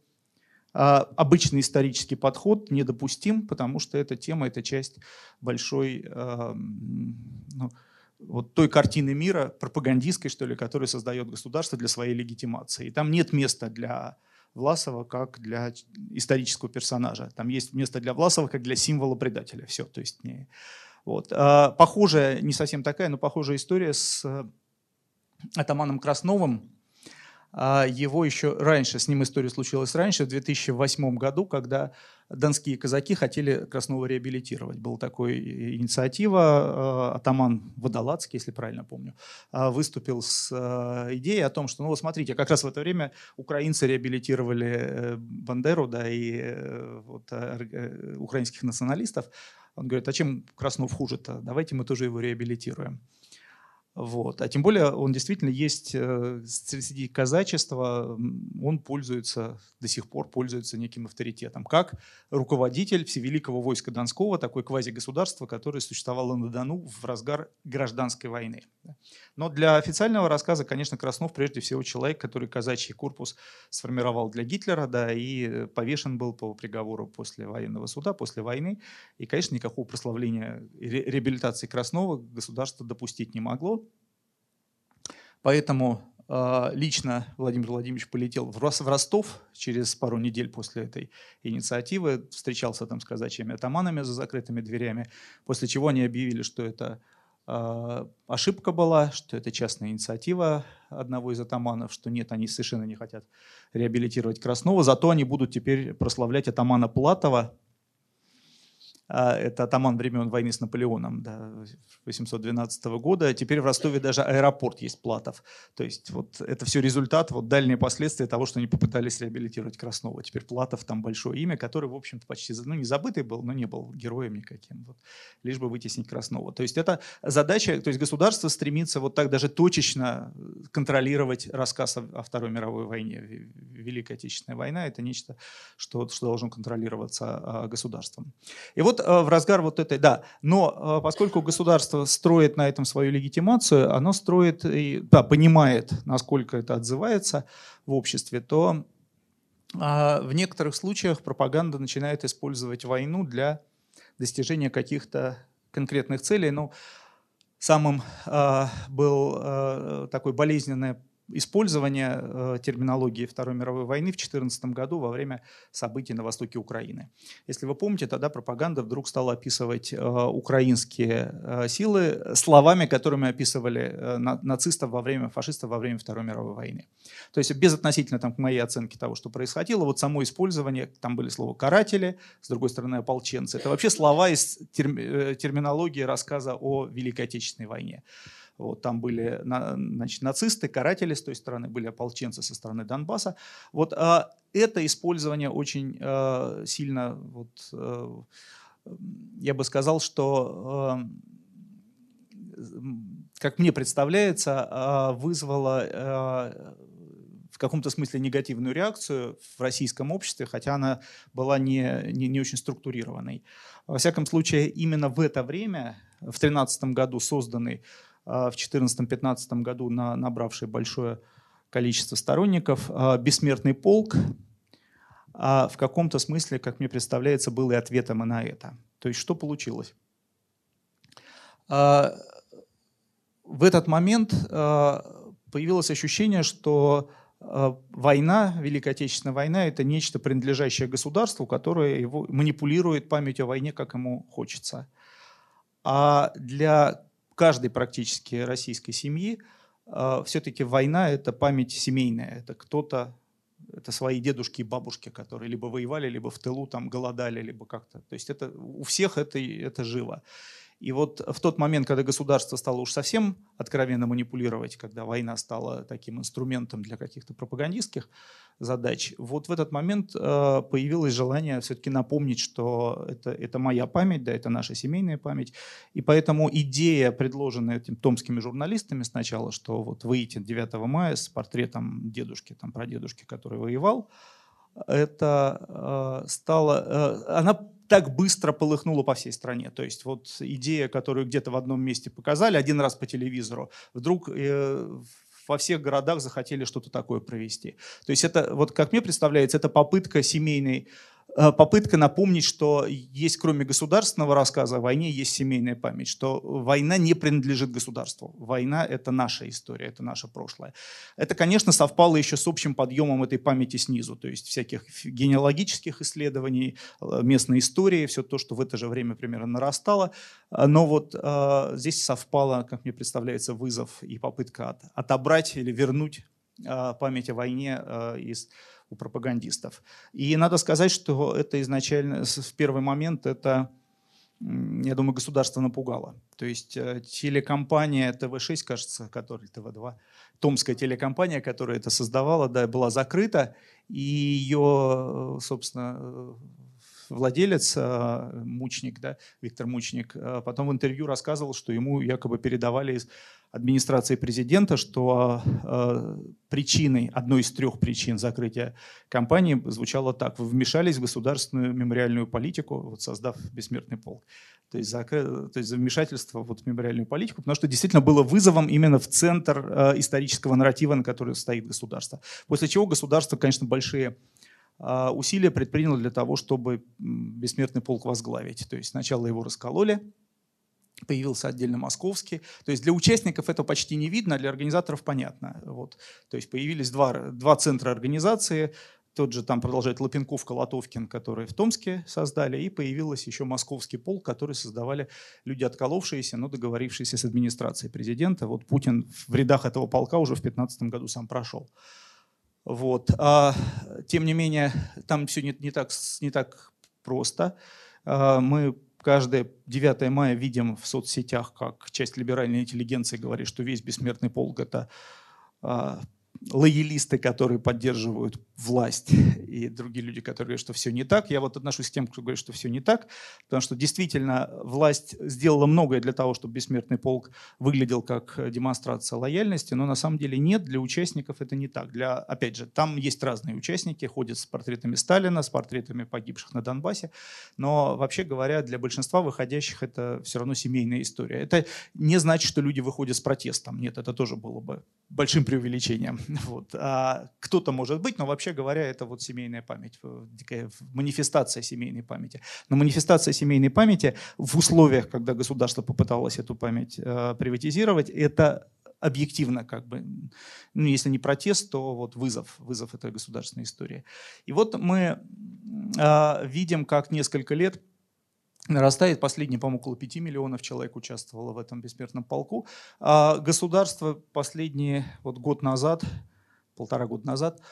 а, обычный исторический подход недопустим, потому что эта тема, это часть большой... А, ну, вот той картины мира, пропагандистской, что ли, которую создает государство для своей легитимации. И там нет места для Власова как для исторического персонажа. Там есть место для Власова как для символа предателя. Все, то есть не... Вот. А, похожая, не совсем такая, но похожая история с атаманом Красновым. А его еще раньше, с ним история случилась раньше, в две тысячи восьмом году, когда донские казаки хотели Краснова реабилитировать. Была такая инициатива, атаман Водолацкий, если правильно помню, выступил с идеей о том, что, ну вот смотрите, как раз в это время украинцы реабилитировали Бандеру, да, и вот, украинских националистов. Он говорит, а чем Краснов хуже-то? Давайте мы тоже его реабилитируем. Вот. А тем более он действительно есть среди казачества, он пользуется, до сих пор пользуется неким авторитетом, как руководитель Всевеликого войска Донского, такое квазигосударство, которое существовало на Дону в разгар гражданской войны. Но для официального рассказа, конечно, Краснов прежде всего человек, который казачий корпус сформировал для Гитлера, да, и повешен был по приговору после военного суда, после войны. И, конечно, никакого прославления реабилитации Краснова государство допустить не могло. Поэтому э, лично Владимир Владимирович полетел в Ростов через пару недель после этой инициативы, встречался там с казачьими атаманами за закрытыми дверями, после чего они объявили, что это э, ошибка была, что это частная инициатива одного из атаманов, что нет, они совершенно не хотят реабилитировать Краснова, зато они будут теперь прославлять атамана Платова. Это атаман времен войны с Наполеоном, да, восемьсот двенадцатого года. Теперь в Ростове даже аэропорт есть Платов. То есть вот это все результат, вот дальние последствия того, что они попытались реабилитировать Краснова. Теперь Платов там большое имя, который, в общем-то, почти ну, не забытый был, но не был героем никаким. Вот, лишь бы вытеснить Краснова. То есть это задача, то есть государство стремится вот так даже точечно контролировать рассказ о, о Второй мировой войне. Великая Отечественная война – это нечто, что, что должно контролироваться государством. И вот в разгар вот этой, да, но поскольку государство строит на этом свою легитимацию, оно строит, и, да, понимает, насколько это отзывается в обществе, то а, в некоторых случаях пропаганда начинает использовать войну для достижения каких-то конкретных целей. Ну, самым а, был а, такой болезненное использование э, терминологии Второй мировой войны в две тысячи четырнадцатом году во время событий на востоке Украины. Если вы помните, тогда пропаганда вдруг стала описывать э, украинские э, силы словами, которыми описывали э, на, нацистов во время, фашистов во время Второй мировой войны. То есть безотносительно там, к моей оценке того, что происходило, вот само использование, там были слова «каратели», с другой стороны «ополченцы». Это вообще слова из терм, э, терминологии рассказа о Великой Отечественной войне. Вот, там были, значит, нацисты, каратели с той стороны, были ополченцы со стороны Донбасса. Вот, а, это использование очень а, сильно, вот, а, я бы сказал, что, а, как мне представляется, а, вызвало а, в каком-то смысле негативную реакцию в российском обществе, хотя она была не, не, не очень структурированной. Во всяком случае, именно в это время, в две тысячи тринадцатом году созданный, в две тысячи четырнадцатом-пятнадцатом году на, набравший большое количество сторонников, «Бессмертный полк» в каком-то смысле, как мне представляется, был и ответом и на это. То есть что получилось? В этот момент появилось ощущение, что война, Великая Отечественная война – это нечто, принадлежащее государству, которое его манипулирует памятью о войне, как ему хочется. А для каждой практически российской семьи э, все-таки война – это память семейная. Это кто-то, это свои дедушки и бабушки, которые либо воевали, либо в тылу там голодали, либо как-то. То есть это, у всех это, это живо. И вот в тот момент, когда государство стало уж совсем откровенно манипулировать, когда война стала таким инструментом для каких-то пропагандистских задач, вот в этот момент э, появилось желание все-таки напомнить, что это, это моя память, да, это наша семейная память. И поэтому идея, предложенная этим томскими журналистами сначала, что вот выйти девятого мая с портретом дедушки, там, прадедушки, который воевал, это э, стало, э, она так быстро полыхнула по всей стране. То есть вот идея, которую где-то в одном месте показали, один раз по телевизору, вдруг э, во всех городах захотели что-то такое провести. То есть это, вот как мне представляется, это попытка семейной, э, попытка напомнить, что есть, кроме государственного рассказа о войне, есть семейная память, что война не принадлежит государству. Война – это наша история, это наше прошлое. Это, конечно, совпало еще с общим подъемом этой памяти снизу, то есть всяких генеалогических исследований, местной истории, все то, что в это же время примерно нарастало. Но вот э, здесь совпало, как мне представляется, вызов и попытка от, отобрать или вернуть э, память о войне э, из, у пропагандистов. И надо сказать, что это изначально, в первый момент, это, я думаю, государство напугало. То есть э, телекомпания тэ вэ шесть, кажется, которая, тэ вэ два, томская телекомпания, которая это создавала, да, была закрыта, и ее, собственно, владелец, Мучник, да, Виктор Мучник, потом в интервью рассказывал, что ему якобы передавали из администрации президента, что причиной, одной из трех причин закрытия компании звучало так: вы вмешались в государственную мемориальную политику, вот, создав бессмертный полк. То есть, закры... то есть вмешательство вот в мемориальную политику, потому что действительно было вызовом именно в центр э, исторического нарратива, на который стоит государство. После чего государство, конечно, большие э, усилия предприняло для того, чтобы бессмертный полк возглавить. То есть сначала его раскололи, появился отдельно московский. То есть для участников это почти не видно, а для организаторов понятно. Вот. То есть появились два, два центра организации. Тот же там продолжает Лапенков, Колотовкин, которые в Томске создали, и появился еще московский полк, который создавали люди, отколовшиеся, но договорившиеся с администрацией президента. Вот Путин в рядах этого полка уже в две тысячи пятнадцатом году сам прошел. Вот. А, тем не менее, там все не, не, так, не так просто. А, мы каждое девятое мая видим в соцсетях, как часть либеральной интеллигенции говорит, что весь бессмертный полк – это а, лоялисты, которые поддерживают власть, и другие люди, которые говорят, что все не так. Я вот отношусь к тем, кто говорит, что все не так, потому что действительно власть сделала многое для того, чтобы бессмертный полк выглядел как демонстрация лояльности, но на самом деле нет, для участников это не так. Для, опять же, там есть разные участники, ходят с портретами Сталина, с портретами погибших на Донбассе, но вообще говоря, для большинства выходящих это все равно семейная история. Это не значит, что люди выходят с протестом. Нет, это тоже было бы большим преувеличением. Вот. А кто-то может быть, но вообще говоря, это вот семейная память, такая манифестация семейной памяти. Но манифестация семейной памяти в условиях, когда государство попыталось эту память э, приватизировать, это объективно, как бы, ну, если не протест, то вот вызов, вызов этой государственной истории. И вот мы э, видим, как несколько лет нарастает, последний, по-моему, около пяти миллионов человек участвовало в этом бессмертном полку. А государство последний вот год назад, полтора года назад,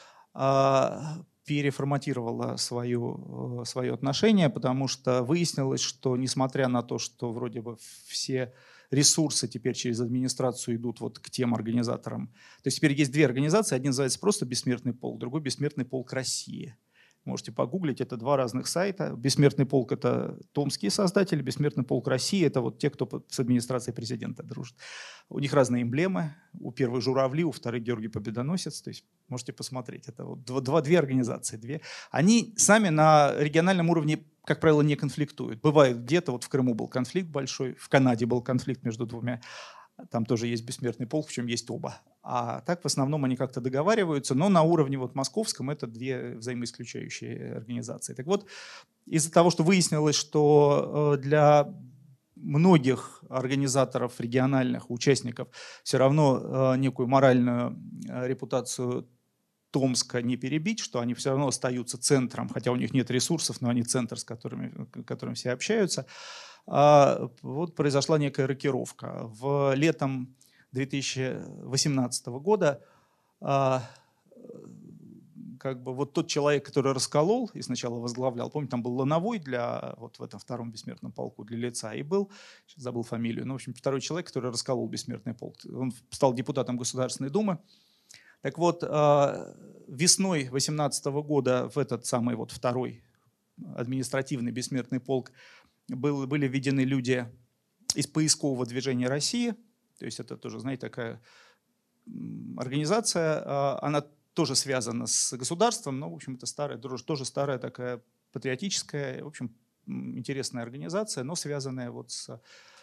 переформатировало свое, свое отношение, потому что выяснилось, что несмотря на то, что вроде бы все ресурсы теперь через администрацию идут вот к тем организаторам. То есть теперь есть две организации, один называется просто «Бессмертный полк», другой «Бессмертный полк России». Можете погуглить, это два разных сайта. «Бессмертный полк» — это томские создатели, «Бессмертный полк России» — это вот те, кто с администрацией президента дружит. У них разные эмблемы. У первых журавли, у вторых Георгий Победоносец. То есть можете посмотреть. Это вот два, два, две организации. Две. Они сами на региональном уровне, как правило, не конфликтуют. Бывает где-то, вот в Крыму был конфликт большой, в Канаде был конфликт между двумя. Там тоже есть бессмертный полк, в чем есть оба. А так в основном они как-то договариваются, но на уровне вот московском это две взаимоисключающие организации. Так вот, из-за того, что выяснилось, что для многих организаторов региональных, участников все равно некую моральную репутацию Томска не перебить, что они все равно остаются центром, хотя у них нет ресурсов, но они центр, с которыми, которым все общаются. А вот произошла некая рокировка. В летом две тысячи восемнадцатого года а, как бы вот тот человек, который расколол и сначала возглавлял, помните, там был Лановой для, вот в этом втором бессмертном полку для лица, и был, сейчас забыл фамилию, но в общем второй человек, который расколол бессмертный полк. Он стал депутатом Государственной Думы. Так вот, весной две тысячи восемнадцатого года в этот самый вот второй административный бессмертный полк был, были введены люди из поискового движения России. То есть это тоже, знаете, такая организация, она тоже связана с государством, но, в общем, это старая, тоже старая такая патриотическая, в общем, интересная организация, но связанная вот с,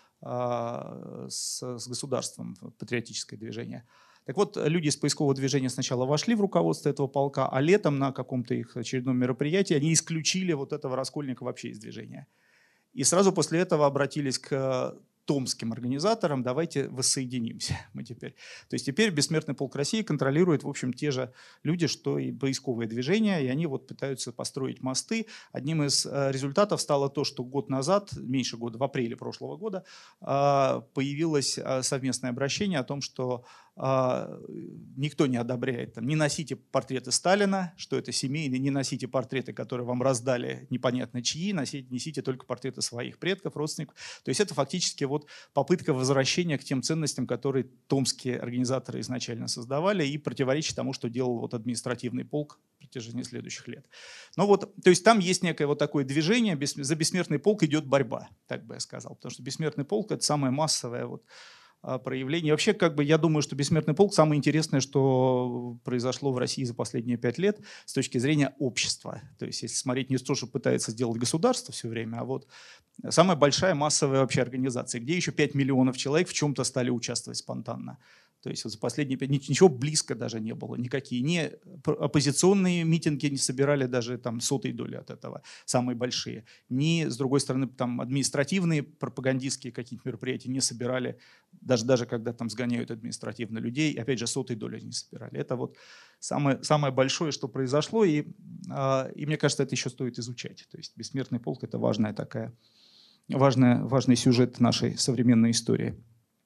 с, с государством, патриотическое движение. Так вот, люди из поискового движения сначала вошли в руководство этого полка, а летом на каком-то их очередном мероприятии они исключили вот этого Раскольника вообще из движения. И сразу после этого обратились к томским организаторам: давайте воссоединимся мы теперь. То есть теперь Бессмертный полк России контролирует, в общем, те же люди, что и поисковые движения, и они вот пытаются построить мосты. Одним из результатов стало то, что год назад, меньше года, в апреле прошлого года, появилось совместное обращение о том, что никто не одобряет, там, не носите портреты Сталина, что это семейные, не носите портреты, которые вам раздали непонятно чьи, носите, несите только портреты своих предков, родственников. То есть это фактически вот попытка возвращения к тем ценностям, которые томские организаторы изначально создавали, и противоречит тому, что делал вот административный полк в протяжении следующих лет. Но вот, то есть там есть некое вот такое движение, за Бессмертный полк идет борьба, так бы я сказал, потому что Бессмертный полк — это самое массовое вот проявление. Вообще, как бы, я думаю, что Бессмертный полк — самое интересное, что произошло в России за последние пять лет с точки зрения общества. То есть, если смотреть не то, что пытается сделать государство все время, а вот самая большая массовая вообще организация, где еще пять миллионов человек в чем-то стали участвовать спонтанно. То есть вот за последние пять ничего близко даже не было, никакие. Ни оппозиционные митинги не собирали даже там сотой доли от этого, самые большие. Ни, с другой стороны, там административные, пропагандистские какие-то мероприятия не собирали, даже, даже когда там сгоняют административно людей, опять же, сотой доли не собирали. Это вот самое, самое большое, что произошло, и, и мне кажется, это еще стоит изучать. То есть Бессмертный полк — это важная такая, важная, важный сюжет нашей современной истории.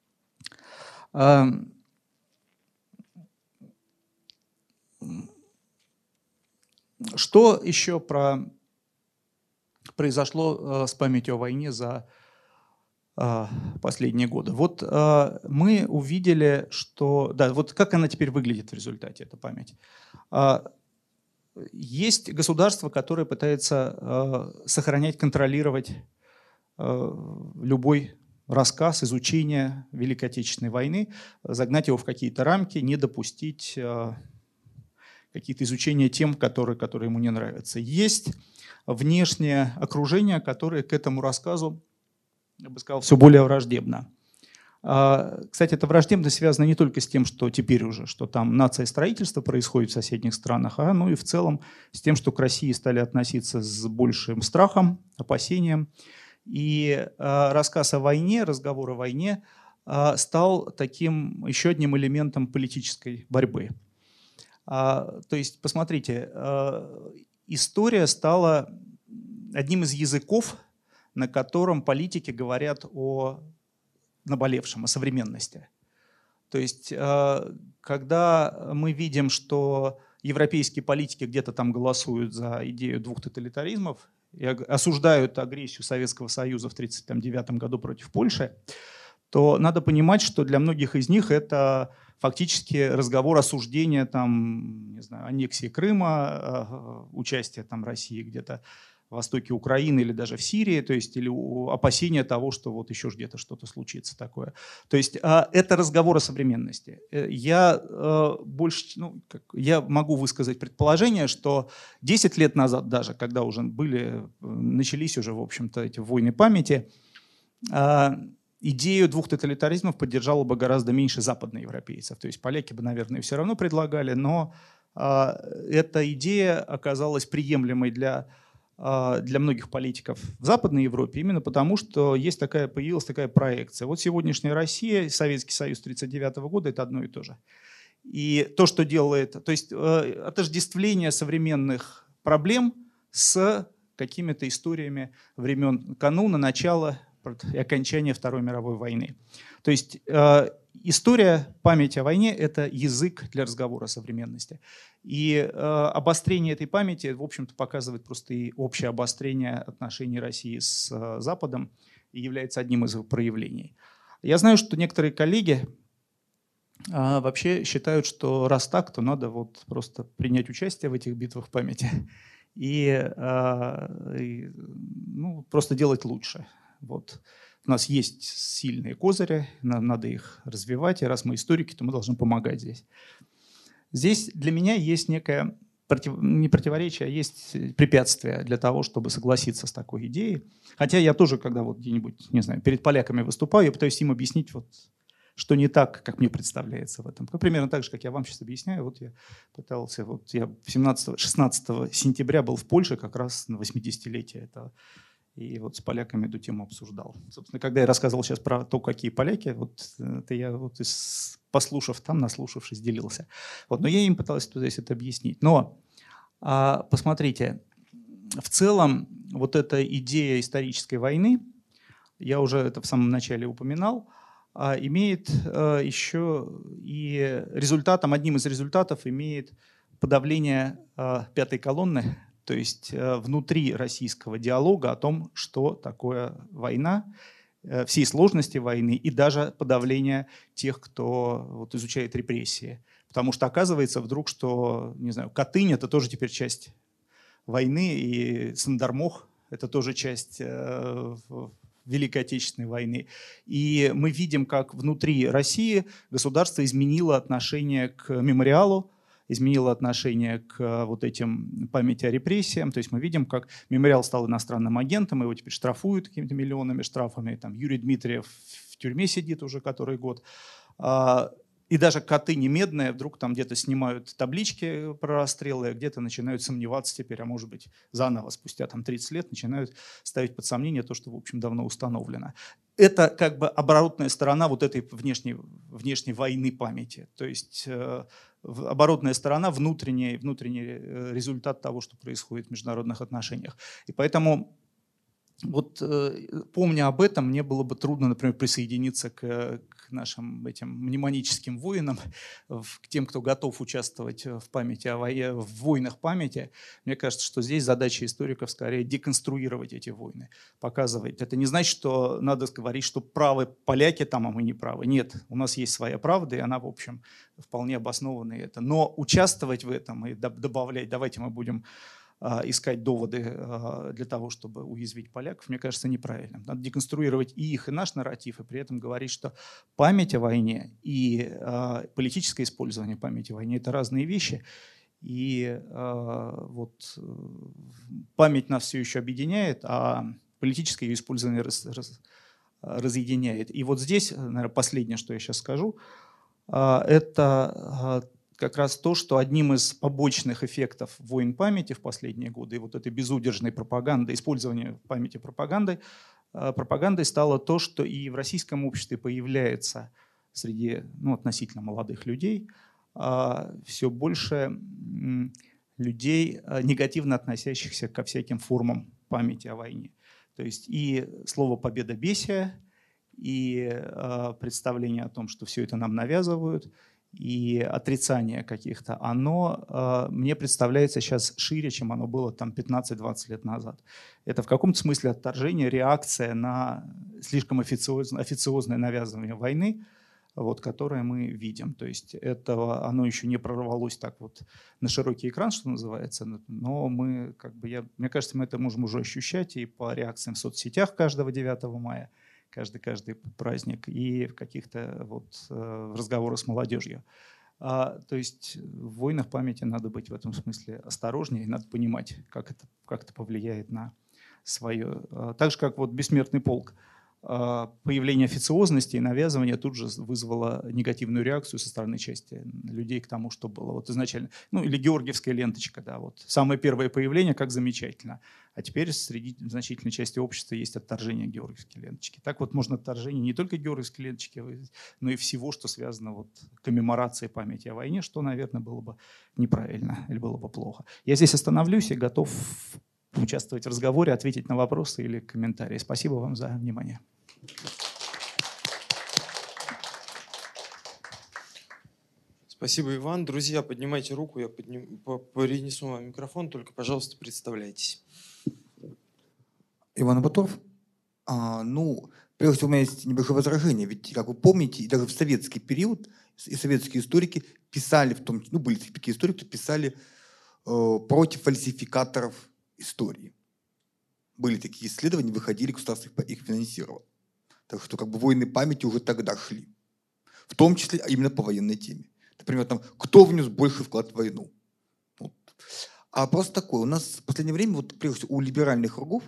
Что еще про... произошло с памятью о войне за последние годы? Вот мы увидели, что... Да, вот как она теперь выглядит в результате, эта память. Есть государство, которое пытается сохранять, контролировать любой рассказ, изучение Великой Отечественной войны, загнать его в какие-то рамки, не допустить какие-то изучения тем, которые, которые ему не нравятся. Есть внешнее окружение, которое к этому рассказу, я бы сказал, все более враждебно. Кстати, эта враждебность связана не только с тем, что теперь уже, что там нация строительства происходит в соседних странах, а ну и в целом с тем, что к России стали относиться с большим страхом, опасением. И рассказ о войне, разговор о войне стал таким еще одним элементом политической борьбы. То есть, посмотрите, история стала одним из языков, на котором политики говорят о наболевшем, о современности. То есть, когда мы видим, что европейские политики где-то там голосуют за идею двух тоталитаризмов и осуждают агрессию Советского Союза в тысяча девятьсот тридцать девятом году против Польши, то надо понимать, что для многих из них это фактически разговор осуждения там, не знаю, аннексии Крыма, участия там России где-то в востоке Украины или даже в Сирии, то есть или опасения того, что вот еще где-то что-то случится такое. То есть это разговор о современности. Я больше, ну, как, я могу высказать предположение, что десять лет назад даже, когда уже были, начались уже, в общем-то, эти войны памяти, идею двух тоталитаризмов поддержало бы гораздо меньше западноевропейцев. То есть поляки бы, наверное, все равно предлагали, но а, эта идея оказалась приемлемой для, а, для многих политиков в Западной Европе именно потому, что есть такая, появилась такая проекция. Вот сегодняшняя Россия, Советский Союз тысяча девятьсот тридцать девятого года — это одно и то же. И то, что делает, то есть э, отождествление современных проблем с какими-то историями времен кануна, начала и окончания Второй мировой войны. То есть э, история памяти о войне – это язык для разговора о современности. И э, обострение этой памяти, в общем-то, показывает просто и общее обострение отношений России с э, Западом и является одним из его проявлений. Я знаю, что некоторые коллеги э, вообще считают, что раз так, то надо вот просто принять участие в этих битвах памяти и, э, и ну, просто делать лучше. Вот. У нас есть сильные козыри, нам надо их развивать, и раз мы историки, то мы должны помогать здесь. Здесь для меня есть некое против... не противоречие, а есть препятствие для того, чтобы согласиться с такой идеей. Хотя я тоже, когда вот где-нибудь, не знаю, перед поляками выступаю, я пытаюсь им объяснить, вот, что не так, как мне представляется в этом. Ну, примерно так же, как я вам сейчас объясняю. Вот я пытался, вот я шестнадцатого сентября был в Польше как раз на восьмидесятилетие этого. И вот с поляками эту тему обсуждал. Собственно, когда я рассказывал сейчас про то, какие поляки, вот это я вот из, послушав там, наслушавшись, делился. Вот, но я им пытался здесь это объяснить. Но а, посмотрите, в целом вот эта идея исторической войны, я уже это в самом начале упоминал, а, имеет а, еще и результатом, одним из результатов имеет подавление а, пятой колонны, то есть внутри российского диалога о том, что такое война, всей сложности войны и даже подавление тех, кто вот изучает репрессии. Потому что оказывается вдруг, что, не знаю, Катынь – это тоже теперь часть войны, и Сандармох – это тоже часть э, Великой Отечественной войны. И мы видим, как внутри России государство изменило отношение к мемориалу, изменило отношение к вот этим памяти о репрессиям. То есть мы видим, как мемориал стал иностранным агентом, его теперь штрафуют какими-то миллионными штрафами. Там Юрий Дмитриев в тюрьме сидит уже который год. И даже Катынь Медная вдруг там где-то снимают таблички про расстрелы, а где-то начинают сомневаться теперь, а может быть заново, спустя там тридцать лет, начинают ставить под сомнение то, что в общем давно установлено. Это как бы оборотная сторона вот этой внешней, внешней войны памяти. То есть э, оборотная сторона, внутренний, внутренний результат того, что происходит в международных отношениях. И поэтому вот э, помня об этом, мне было бы трудно, например, присоединиться к, к нашим этим мнемоническим воинам, к тем, кто готов участвовать в памяти о войне, в войнах памяти. Мне кажется, что здесь задача историков скорее деконструировать эти войны, показывать. Это не значит, что надо говорить, что правы поляки там, а мы не правы. Нет, у нас есть своя правда, и она, в общем, вполне обоснованная. Это. Но участвовать в этом и добавлять, давайте мы будем искать доводы для того, чтобы уязвить поляков, мне кажется, неправильным. Надо деконструировать и их, и наш нарратив, и при этом говорить, что память о войне и политическое использование памяти о войне – это разные вещи. И вот память нас все еще объединяет, а политическое ее использование раз, раз, разъединяет. И вот здесь, наверное, последнее, что я сейчас скажу, это как раз то, что одним из побочных эффектов войн памяти в последние годы и вот этой безудержной пропаганды, использования памяти пропагандой, пропагандой стало то, что и в российском обществе появляется среди ну, относительно молодых людей все больше людей, негативно относящихся ко всяким формам памяти о войне. То есть и слово «победобесие», и представление о том, что все это нам навязывают, и отрицание каких-то, оно э, мне представляется сейчас шире, чем оно было там пятнадцать-двадцать лет назад. Это в каком-то смысле отторжение, реакция на слишком официозное, официозное навязывание войны, вот, которое мы видим. То есть это, оно еще не прорвалось так вот на широкий экран, что называется, но мы, как бы, я, мне кажется, мы это можем уже ощущать и по реакциям в соцсетях каждого девятого мая, каждый, каждый праздник, и в каких-то вот э, разговорах с молодежью. А, то есть в войнах памяти надо быть в этом смысле осторожнее, надо понимать, как это, как это повлияет на свое. А, так же, как вот «Бессмертный полк». появление официозности и навязывания тут же вызвало негативную реакцию со стороны части людей к тому, что было вот изначально. Ну или георгиевская ленточка, да, вот самое первое появление, как замечательно. А теперь среди значительной части общества есть отторжение георгиевской ленточки. Так вот можно отторжение не только георгиевской ленточки, но и всего, что связано вот коммеморацией памяти о войне, что, наверное, было бы неправильно или было бы плохо. Я здесь остановлюсь и готов участвовать в разговоре, ответить на вопросы или комментарии. Спасибо вам за внимание. Спасибо, Иван. Друзья, поднимайте руку, я подним... перенесу вам микрофон, только, пожалуйста, представляйтесь. Иван Батов. А, ну, прежде всего, у меня есть небольшое возражение, ведь, как вы помните, даже в советский период и советские историки писали, в том, ну, были такие историки, кто писали э, против фальсификаторов истории. Были такие исследования, выходили, государство их, их финансировало. Так что как бы войны памяти уже тогда шли. В том числе именно по военной теме. Например, там, кто внес больше вклад в войну. Вот. А просто такое. У нас в последнее время, вот, прежде всего, у либеральных кругов,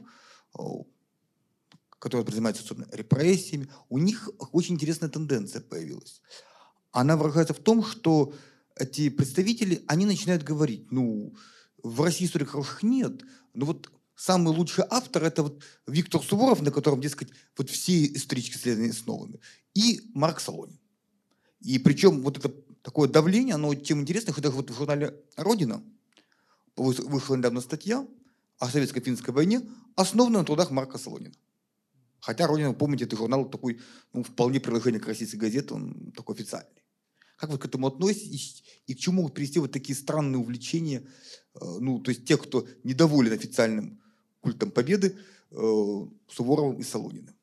которые занимаются особенно репрессиями, у них очень интересная тенденция появилась. Она выражается в том, что эти представители, они начинают говорить, ну, в России историк хороших нет, но вот самый лучший автор – это вот Виктор Суворов, на котором, дескать, вот все исторические исследования основаны, и Марк Солонин. И причем вот это такое давление, оно тем интересно, что даже вот в журнале «Родина» вышла недавно статья о советско-финской войне, основанная на трудах Марка Солонина. Хотя «Родина», вы помните, это журнал такой, ну, вполне приложение к российской газете, он такой официальный. Как вы к этому относитесь и к чему могут привести вот такие странные увлечения, ну, то есть тех, кто недоволен официальным культом победы, Суворовым и Солониным?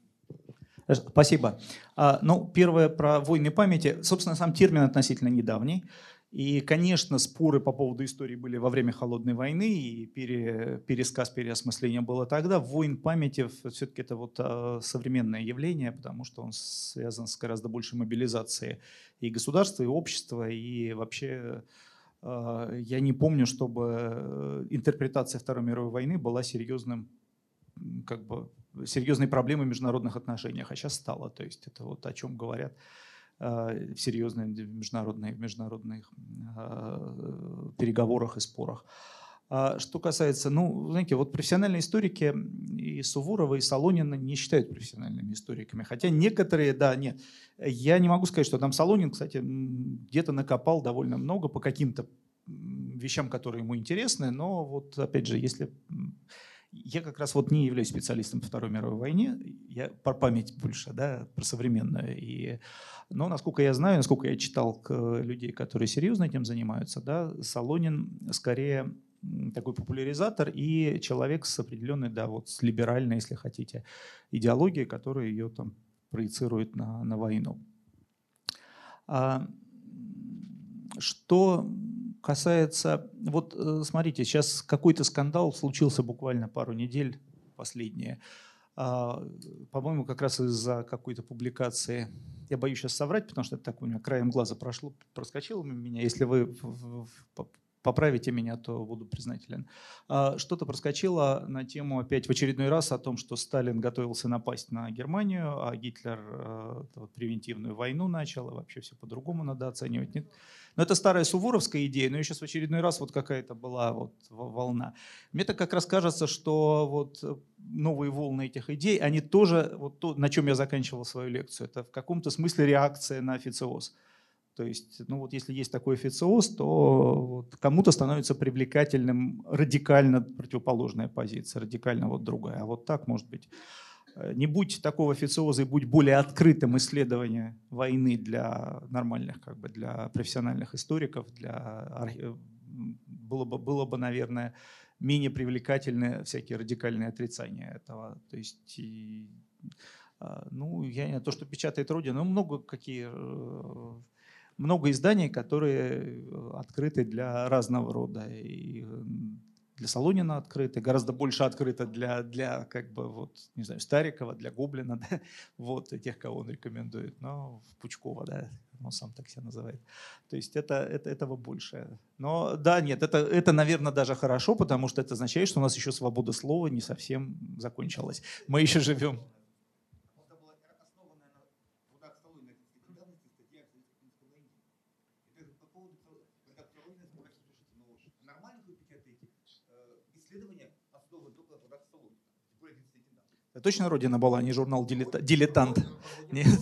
Спасибо. Ну, первое про войны памяти. Собственно, сам термин относительно недавний. И, конечно, споры по поводу истории были во время Холодной войны, и пере, пересказ, переосмысление было тогда. Войн памяти все-таки это вот современное явление, потому что он связан с гораздо большей мобилизацией и государства, и общества, и вообще я не помню, чтобы интерпретация Второй мировой войны была серьезным, как бы, серьезной проблемой в международных отношениях, а сейчас стало. То есть это вот о чем говорят в серьезных международных, международных переговорах и спорах. Что касается, ну, знаете, вот профессиональные историки и Суворова, и Солонина не считают профессиональными историками. Хотя некоторые, да, нет. Я не могу сказать, что там Солонин, кстати, где-то накопал довольно много по каким-то вещам, которые ему интересны, но вот, опять же, если... Я как раз вот не являюсь специалистом по Второй мировой войне, я про память больше, да, про современную. И, но насколько я знаю, насколько я читал людей, которые серьезно этим занимаются, да, Солонин скорее такой популяризатор и человек с определенной, да, вот с либеральной, если хотите, идеологией, которая ее там проецирует на, на войну. А, что касается, вот смотрите, сейчас какой-то скандал случился буквально пару недель последние. По-моему, как раз из-за какой-то публикации, я боюсь сейчас соврать, потому что это так у меня краем глаза прошло, проскочило меня, если вы поправите меня, то буду признателен. Что-то проскочило на тему опять в очередной раз о том, что Сталин готовился напасть на Германию, а Гитлер вот, превентивную войну начал, и вообще все по-другому надо оценивать. Нет? Но это старая суворовская идея, но сейчас в очередной раз вот какая-то была вот волна. Мне так как раз кажется, что вот новые волны этих идей, они тоже, вот то, на чем я заканчивал свою лекцию, это в каком-то смысле реакция на официоз. То есть, ну вот если есть такой официоз, то вот кому-то становится привлекательным радикально противоположная позиция, радикально вот другая. А вот так может быть. Не будь такого официоза и будь более открытым исследованием войны для нормальных, как бы для профессиональных историков, для... было бы, было бы, наверное, менее привлекательны всякие радикальные отрицания этого. То есть, и, ну, я не знаю, то, что печатает Родина, ну, много какие... Много изданий, которые открыты для разного рода. И для Солонина открыты, гораздо больше открыто для, для как бы, вот, не знаю, Старикова, для Гоблина, да, вот, и тех, кого он рекомендует, но Пучкова, да, он сам так себя называет. То есть это, это, этого больше. Но да, нет, это, это, наверное, даже хорошо, потому что это означает, что у нас еще свобода слова не совсем закончилась. Мы еще живем. точно «Родина» была, а не журнал «Дилета- «Дилетант»? Нет?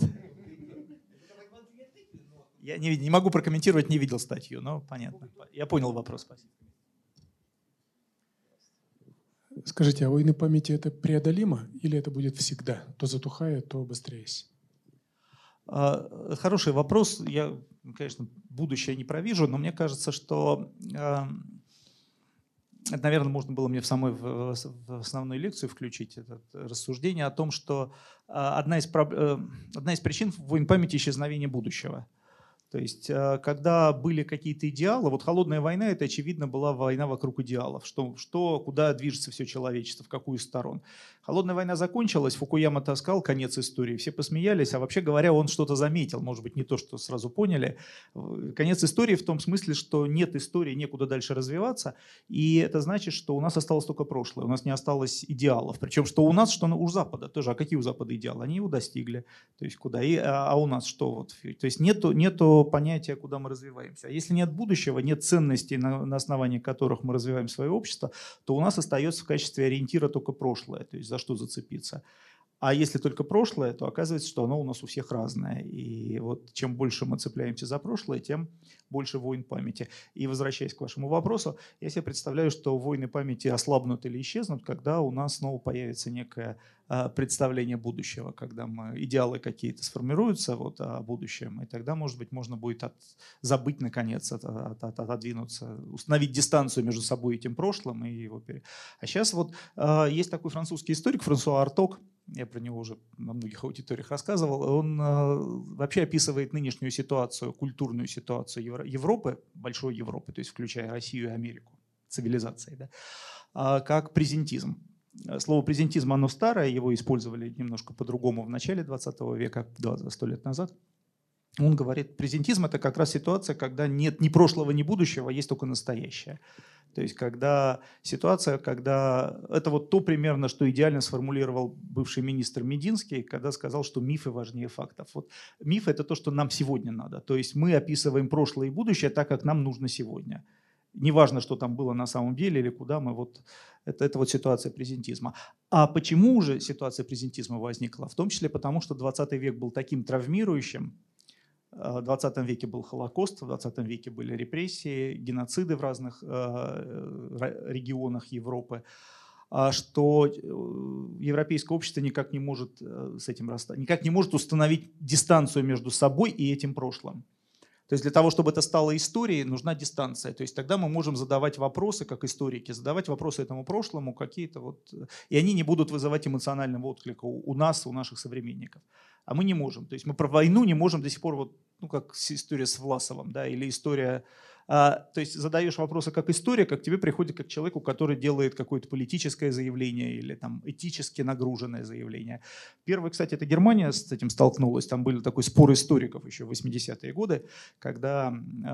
Я не, не могу прокомментировать, не видел статью, но понятно. Я понял вопрос, спасибо. Скажите, а войны памяти это преодолимо или это будет всегда, то затухая, то обостряясь? А, Хороший вопрос. Я, конечно, будущее не провижу, но мне кажется, что а, это, наверное, можно было мне в самой в, в основную лекцию включить это рассуждение о том, что а, одна из, проб- э, одна из причин войн памяти — исчезновение будущего. То есть, а, когда были какие-то идеалы, вот холодная война, это, очевидно, была война вокруг идеалов, что, что, куда движется все человечество, в какую сторону. Холодная война закончилась, Фукуяма сказал конец истории, все посмеялись, а вообще говоря, он что-то заметил, может быть, не то, что сразу поняли. Конец истории в том смысле, что нет истории, некуда дальше развиваться, и это значит, что у нас осталось только прошлое, у нас не осталось идеалов, причем что у нас, что у Запада тоже. А какие у Запада идеалы? Они его достигли, то есть куда? И, а, а у нас что? Вот, то есть нету, нету понятия, куда мы развиваемся. А если нет будущего, нет ценностей, на, на основании которых мы развиваем свое общество, то у нас остается в качестве ориентира только прошлое, то есть за что зацепиться. А если только прошлое, то оказывается, что оно у нас у всех разное. И вот чем больше мы цепляемся за прошлое, тем больше войн памяти. И возвращаясь к вашему вопросу, я себе представляю, что войны памяти ослабнут или исчезнут, когда у нас снова появится некое а, представление будущего, когда мы, идеалы какие-то сформируются вот, о будущем, и тогда, может быть, можно будет от, забыть, наконец, от, от, от, отодвинуться, установить дистанцию между собой и этим прошлым. И его пере... А сейчас вот а, есть такой французский историк Франсуа Арток, я про него уже на многих аудиториях рассказывал, он э, вообще описывает нынешнюю ситуацию, культурную ситуацию Евро- Европы, большой Европы, то есть включая Россию и Америку, цивилизации, да, а, как презентизм. Слово презентизм, оно старое, его использовали немножко по-другому в начале двадцатого века, сто лет назад. Он говорит, презентизм — это как раз ситуация, когда нет ни прошлого, ни будущего, а есть только настоящее. То есть когда ситуация, когда это вот то примерно, что идеально сформулировал бывший министр Мединский, когда сказал, что мифы важнее фактов. Вот миф — это то, что нам сегодня надо. То есть мы описываем прошлое и будущее так, как нам нужно сегодня. Неважно, что там было на самом деле или куда мы вот... Это, это вот ситуация презентизма. А почему же ситуация презентизма возникла? В том числе потому, что двадцатый век был таким травмирующим. В двадцатом веке был Холокост, в двадцатом веке были репрессии, геноциды в разных регионах Европы, что европейское общество никак не может с этим расстаться, никак не может установить дистанцию между собой и этим прошлым. То есть для того, чтобы это стало историей, нужна дистанция. То есть тогда мы можем задавать вопросы, как историки, задавать вопросы этому прошлому какие-то вот, и они не будут вызывать эмоционального отклика у, у нас, у наших современников. А мы не можем. То есть мы про войну не можем до сих пор, вот, ну как история с Власовым, да, или история... А, то есть задаешь вопросы как история, как тебе приходит как человеку, который делает какое-то политическое заявление или там этически нагруженное заявление. Первое, кстати, это Германия с этим столкнулась. Там был такой спор историков еще в восьмидесятые годы, когда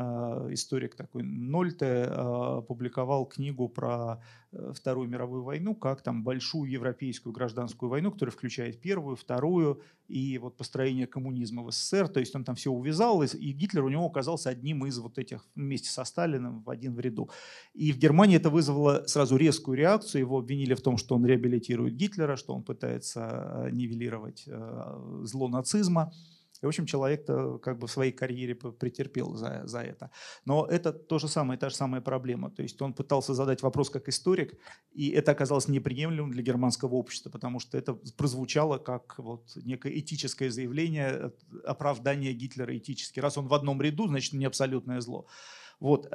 э, историк такой Нольте э, публиковал книгу про Вторую мировую войну, как там большую европейскую гражданскую войну, которая включает Первую, Вторую и вот построение коммунизма в СССР. То есть он там все увязал, и Гитлер у него оказался одним из вот этих, вместе со Сталиным, в один в ряду. И в Германии это вызвало сразу резкую реакцию. Его обвинили в том, что он реабилитирует Гитлера, что он пытается нивелировать зло нацизма. И, в общем, человек-то как бы в своей карьере претерпел за, за это. Но это то же самое, та же самая проблема. То есть он пытался задать вопрос как историк, и это оказалось неприемлемым для германского общества, потому что это прозвучало как вот некое этическое заявление, оправдание Гитлера этически. Раз он в одном ряду, значит, не абсолютное зло. Вот.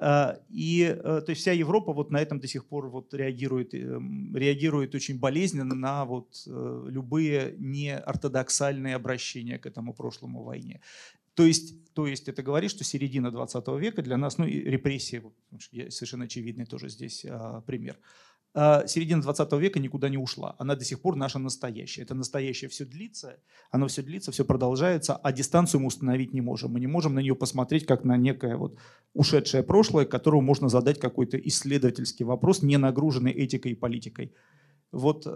И то есть вся Европа вот на этом до сих пор вот реагирует, реагирует очень болезненно на вот любые неортодоксальные обращения к этому прошлому войне. То есть, то есть это говорит, что середина двадцатого века для нас, ну и репрессии, совершенно очевидный тоже здесь пример. Середина двадцатого века никуда не ушла, она до сих пор наша настоящая. Это настоящее все длится, оно все длится, все продолжается, а дистанцию мы установить не можем. Мы не можем на нее посмотреть как на некое вот ушедшее прошлое, к которому можно задать какой-то исследовательский вопрос, не нагруженный этикой и политикой. Вот э,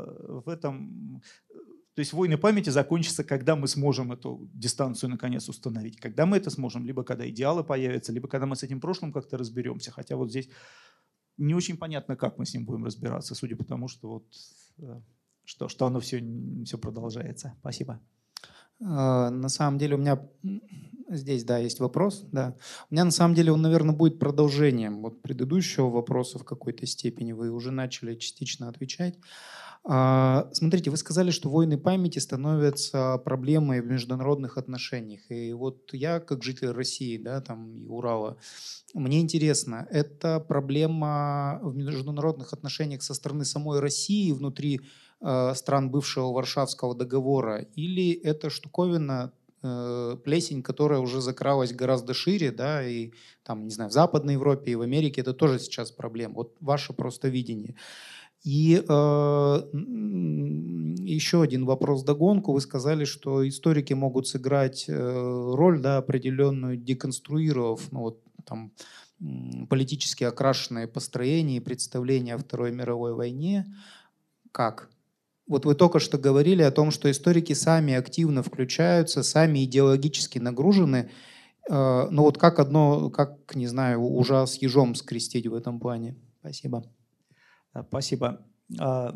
в этом... То есть войны памяти закончатся, когда мы сможем эту дистанцию наконец установить. Когда мы это сможем, либо когда идеалы появятся, либо когда мы с этим прошлым как-то разберемся. Хотя вот здесь... Не очень понятно, как мы с ним будем разбираться, судя по тому, что вот что, что оно все, все продолжается. Спасибо. А, На самом деле у меня м, здесь, да, есть вопрос, да. У меня на самом деле он, наверное, будет продолжением вот предыдущего вопроса в какой-то степени. Вы уже начали частично отвечать. А, Смотрите, вы сказали, что войны памяти становятся проблемой в международных отношениях. И вот я, как житель России, да, там и Урала, мне интересно, это проблема в международных отношениях со стороны самой России внутри э, стран бывшего Варшавского договора, или это штуковина, э, плесень, которая уже закралась гораздо шире, да, и там, не знаю, в Западной Европе и в Америке это тоже сейчас проблема. Вот ваше просто видение. И э, м, еще один вопрос вдогонку. Вы сказали, что историки могут сыграть э, роль, да, определенную, деконструировав, ну, вот, там, м, политически окрашенные построения и представления о Второй мировой войне. Как? Вот вы только что говорили о том, что историки сами активно включаются, сами идеологически нагружены. Э, но вот как одно, как, не знаю, ужа с ежом скрестить в этом плане? Спасибо. Да, спасибо. А,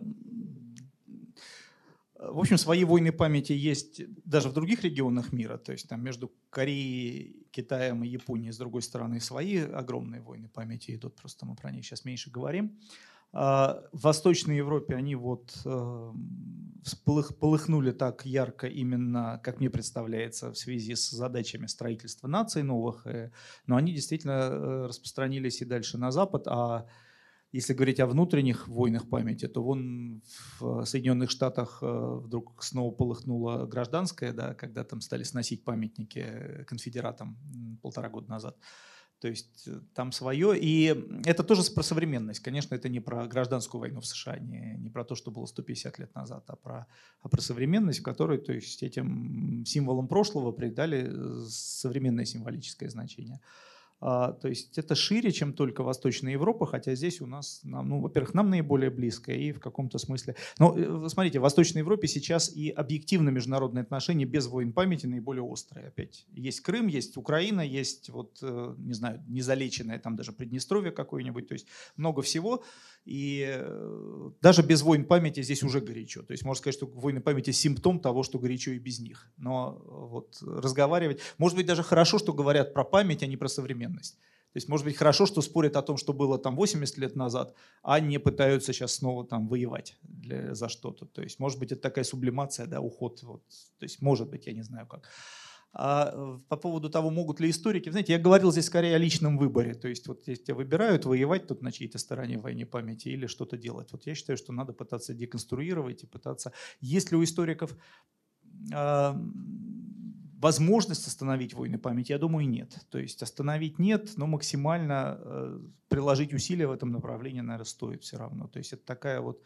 В общем, свои войны памяти есть даже в других регионах мира. То есть там между Кореей, Китаем и Японией, с другой стороны, свои огромные войны памяти идут. Просто мы про них сейчас меньше говорим. А в Восточной Европе они вот э, всполых- полыхнули так ярко именно, как мне представляется, в связи с задачами строительства наций новых. э, Но они действительно э, распространились и дальше на Запад. А если говорить о внутренних войнах памяти, то вон в Соединенных Штатах э, вдруг снова полыхнуло гражданское, да, когда там стали сносить памятники конфедератам м, полтора года назад. То есть э, там свое. И это тоже про современность. Конечно, это не про гражданскую войну в США, не, не про то, что было сто пятьдесят лет назад, а про, а про современность, в которой, то есть, этим символам прошлого придали э, современное символическое значение. А, то есть это шире, чем только Восточная Европа, хотя здесь у нас, нам, ну, во-первых, нам наиболее близко и в каком-то смысле... Но э, смотрите, в Восточной Европе сейчас и объективно международные отношения без войн памяти наиболее острые. Опять есть Крым, есть Украина, есть, вот, э, не знаю, незалеченное там даже Приднестровье какое-нибудь, то есть много всего. И э, даже без войн памяти здесь уже горячо. То есть можно сказать, что войны памяти – симптом того, что горячо и без них. Но вот разговаривать... Может быть, даже хорошо, что говорят про память, а не про современность. То есть, может быть, хорошо, что спорят о том, что было там восемьдесят лет назад, а не пытаются сейчас снова там воевать для, за что-то. То есть, может быть, это такая сублимация, да, уход. Вот. То есть, может быть, я не знаю как. А по поводу того, могут ли историки... Знаете, я говорил здесь скорее о личном выборе. То есть, вот если тебя выбирают воевать тут на чьей-то стороне в войне памяти или что-то делать. Вот я считаю, что надо пытаться деконструировать и пытаться... Есть ли у историков э, возможность остановить войны памяти? Я думаю, нет. То есть остановить нет, но максимально э, приложить усилия в этом направлении, наверное, стоит все равно. То есть это такая вот...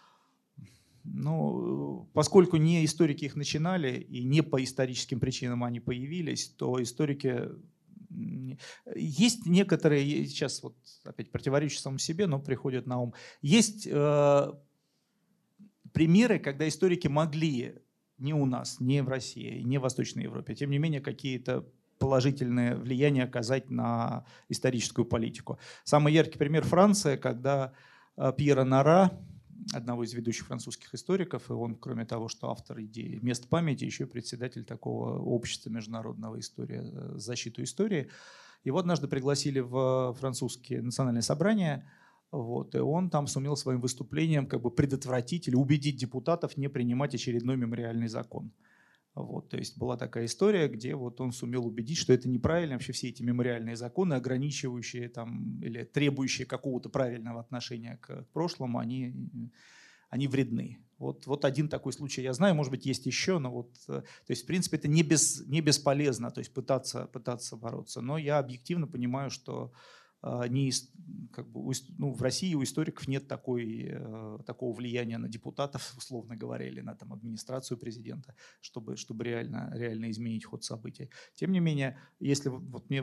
Ну, поскольку не историки их начинали и не по историческим причинам они появились, то историки... Есть некоторые, сейчас вот опять противоречу самому себе, но приходят на ум. Есть э, примеры, когда историки могли не у нас, не в России, не в Восточной Европе, тем не менее какие-то положительное влияние оказать на историческую политику. Самый яркий пример — Франция, когда э, Пьера Нора, одного из ведущих французских историков, и он, кроме того, что автор идеи мест памяти, еще и председатель такого общества международного истории, защиту истории. Его однажды пригласили в французские национальные собрания, вот, и он там сумел своим выступлением как бы предотвратить или убедить депутатов не принимать очередной мемориальный закон. Вот, то есть была такая история, где вот он сумел убедить, что это неправильно, вообще все эти мемориальные законы, ограничивающие там, или требующие какого-то правильного отношения к прошлому, они, они вредны. Вот, вот один такой случай я знаю, может быть, есть еще, но вот, то есть, в принципе, это не, без, не бесполезно, то есть пытаться, пытаться бороться. Но я объективно понимаю, что не, как бы, ну, в России у историков нет такой, такого влияния на депутатов, условно говоря, или на там, администрацию президента, чтобы, чтобы реально, реально изменить ход событий. Тем не менее, если вот мне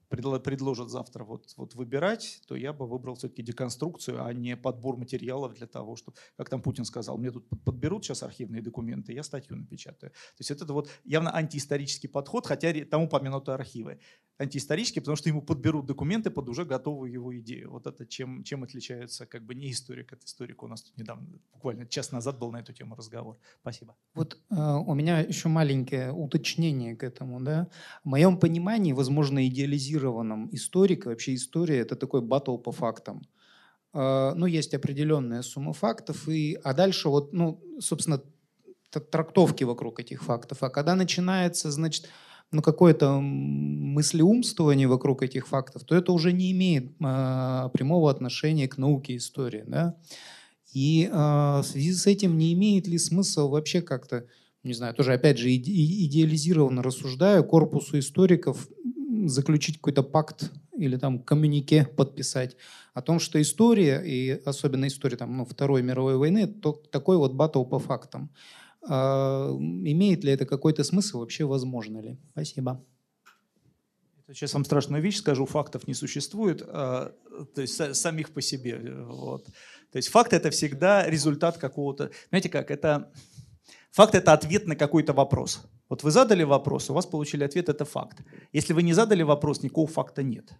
предложат завтра вот, вот выбирать, то я бы выбрал все-таки деконструкцию, а не подбор материалов для того, чтобы, как там Путин сказал, мне тут подберут сейчас архивные документы, я статью напечатаю. То есть это вот явно антиисторический подход, хотя там упомянуты архивы. Антиисторический, потому что ему подберут документы под уже готовую его идею. Вот это чем, чем отличается как бы не историк от историка. У нас тут недавно, буквально час назад был на эту тему разговор. Спасибо. Вот э, у меня еще маленькое уточнение к этому. Да? В моем понимании, возможно, идеализированном историка, вообще история – это такой баттл по фактам. Э, ну, есть определенная сумма фактов, и, а дальше вот, ну, собственно, трактовки вокруг этих фактов. А когда начинается, значит, ну, какое-то мыслеумствование вокруг этих фактов, то это уже не имеет э, прямого отношения к науке истории. Да? И э, в связи с этим не имеет ли смысл вообще как-то, не знаю, тоже опять же иде идеализированно рассуждаю, корпусу историков заключить какой-то пакт или там коммюнике подписать о том, что история, и особенно история там, ну, Второй мировой войны, то такой вот баттл по фактам. А, имеет ли это какой-то смысл, вообще возможно ли? Спасибо. Сейчас вам страшную вещь скажу, фактов не существует, а, то есть самих по себе. Вот. То есть факт – это всегда результат какого-то… Знаете как, это… Факт – это ответ на какой-то вопрос. Вот вы задали вопрос, у вас получили ответ – это факт. Если вы не задали вопрос, никакого факта нет.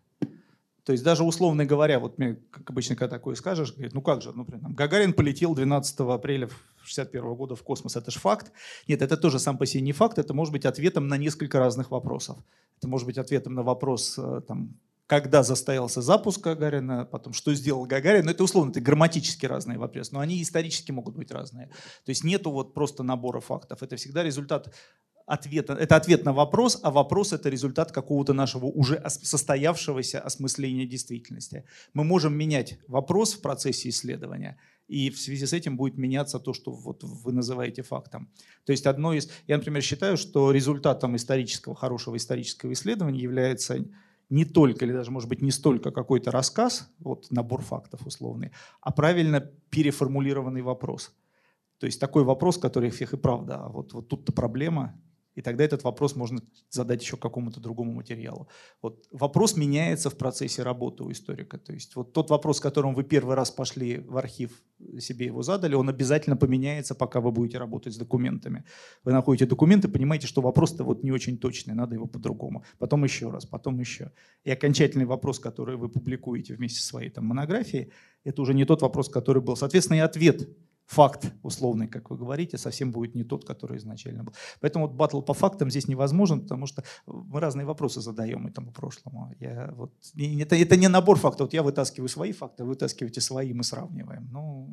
То есть даже условно говоря, вот мне, как обычно, когда такое скажешь, говорит, ну как же, ну, например, Гагарин полетел двенадцатого апреля шестьдесят первого года в космос, это же факт. Нет, это тоже сам по себе не факт, это может быть ответом на несколько разных вопросов. Это может быть ответом на вопрос, там, когда состоялся запуск Гагарина, потом, что сделал Гагарин. Но это условно, это грамматически разные вопросы, но они исторически могут быть разные. То есть нету вот просто набора фактов, это всегда результат ответа, это ответ на вопрос, а вопрос – это результат какого-то нашего уже состоявшегося осмысления действительности. Мы можем менять вопрос в процессе исследования, и в связи с этим будет меняться то, что вот вы называете фактом. То есть одно из… Я, например, считаю, что результатом исторического, хорошего исторического исследования является не только, или даже, может быть, не столько какой-то рассказ, вот набор фактов условный, а правильно переформулированный вопрос. То есть такой вопрос, который всех и правда, а вот, вот тут-то проблема, и тогда этот вопрос можно задать еще какому-то другому материалу. Вот вопрос меняется в процессе работы у историка. То есть вот тот вопрос, с которым вы первый раз пошли в архив, себе его задали, он обязательно поменяется, пока вы будете работать с документами. Вы находите документы, понимаете, что вопрос-то вот не очень точный, надо его по-другому. Потом еще раз, потом еще. И окончательный вопрос, который вы публикуете вместе со своей там, монографией, это уже не тот вопрос, который был. Соответственно, и ответ, факт условный, как вы говорите, совсем будет не тот, который изначально был. Поэтому вот баттл по фактам здесь невозможен, потому что мы разные вопросы задаем этому прошлому. Я вот, это, это не набор фактов. Вот я вытаскиваю свои факты, вы вытаскиваете свои, мы сравниваем. Ну,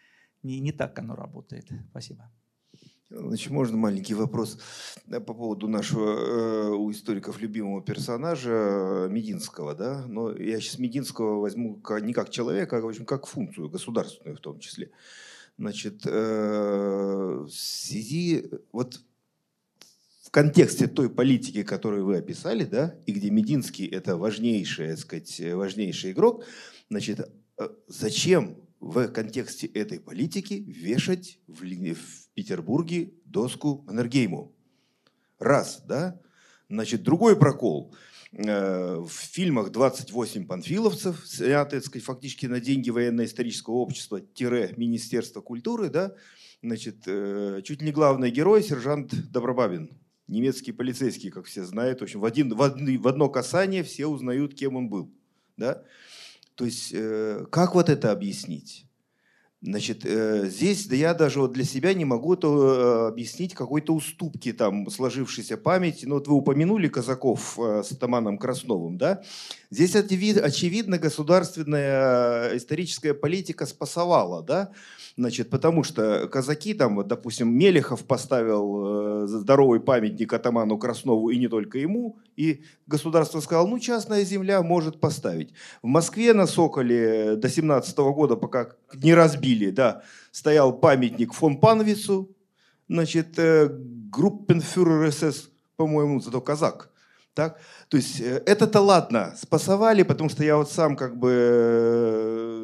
не, не так оно работает. Спасибо. Значит, можно маленький вопрос по поводу нашего у историков любимого персонажа Мединского, да? Но я сейчас Мединского возьму не как человека, а в общем, как функцию государственную в том числе. Значит, в связи, вот в контексте той политики, которую вы описали, да, и где Мединский это важнейший, так сказать, важнейший игрок, значит, зачем в контексте этой политики вешать в, в Петербурге доску Маннергейму? Раз, да? Значит, другой прокол. В фильмах двадцать восемь панфиловцев, снятые, так сказать, фактически на деньги военно-исторического общества, тире Министерства культуры, да, значит, чуть не главный герой, сержант Добробабин, немецкий полицейский, как все знают. В общем, в, один, в, одно, в одно касание все узнают, кем он был. Да? То есть, как вот это объяснить? Значит, здесь да я даже вот для себя не могу это объяснить какой-то уступки там сложившейся памяти. Ну вот вы упомянули казаков с атаманом Красновым, да? Здесь очевидно государственная историческая политика спасовала, да? Значит, потому что казаки там, вот, допустим, Мелехов поставил здоровый памятник атаману Краснову и не только ему, и государство сказало, ну частная земля может поставить. В Москве на Соколе до семнадцатого года, пока не разбили, да, стоял памятник фон Панвицу, значит, группенфюрер СС, по-моему, зато казак. Так? То есть это-то ладно, спасовали, потому что я вот сам как бы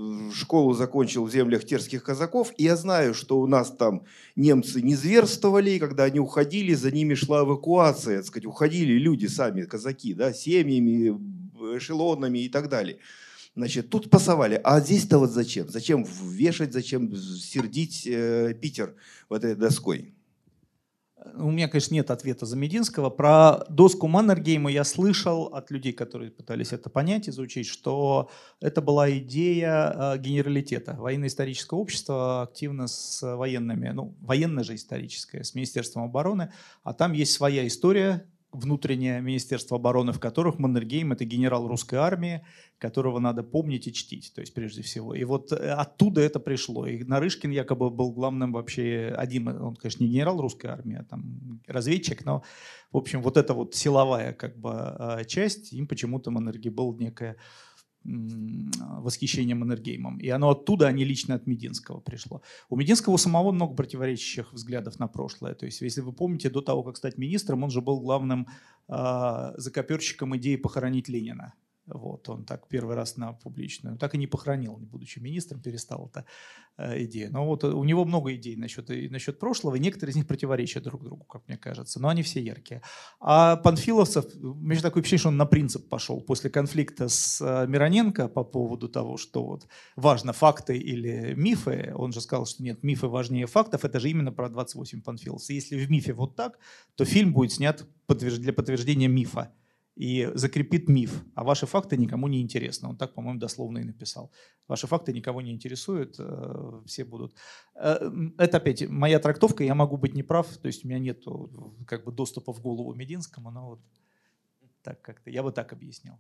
школу закончил в землях терских казаков, и я знаю, что у нас там немцы не зверствовали, и когда они уходили, за ними шла эвакуация, так сказать, уходили люди сами, казаки, да, семьями, эшелонами и так далее. Значит, тут пасовали. А здесь-то вот зачем? Зачем вешать, зачем сердить э, Питер вот этой доской? У меня, конечно, нет ответа за Мединского. Про доску Маннергейма я слышал от людей, которые пытались это понять, изучить, что это была идея генералитета. Военно-историческое общество активно с военными, ну, военное же историческое, с Министерством обороны, а там есть своя история, внутреннее Министерство обороны, в которых Маннергейм – это генерал русской армии, которого надо помнить и чтить, то есть прежде всего. И вот оттуда это пришло. И Нарышкин якобы был главным вообще, один, он, конечно, не генерал русской армии, а там разведчик, но, в общем, вот эта вот силовая как бы часть, им почему-то Маннергейм был некое восхищение Маннергеймом. И оно оттуда, а не лично от Мединского пришло. У Мединского у самого много противоречащих взглядов на прошлое. То есть, если вы помните, до того, как стать министром, он же был главным э, закоперщиком идеи похоронить Ленина. Вот, он так первый раз на публичную, так и не похоронил, не будучи министром, перестал эта э, идея. Но вот у него много идей насчет, и насчет прошлого, и некоторые из них противоречат друг другу, как мне кажется, но они все яркие. А Панфиловцев, у меня такое впечатление, что он на принцип пошел после конфликта с э, Мироненко по поводу того, что вот важно факты или мифы. Он же сказал, что нет, мифы важнее фактов, это же именно про двадцать восемь панфиловцев. Если в мифе вот так, то фильм будет снят для подтверждения мифа и закрепит миф, а ваши факты никому не интересны. Он так, по-моему, дословно и написал. Ваши факты никого не интересуют, все будут. Это опять моя трактовка, я могу быть неправ, то есть у меня нет как бы доступа в голову Мединскому, но вот так как-то, я бы так объяснял.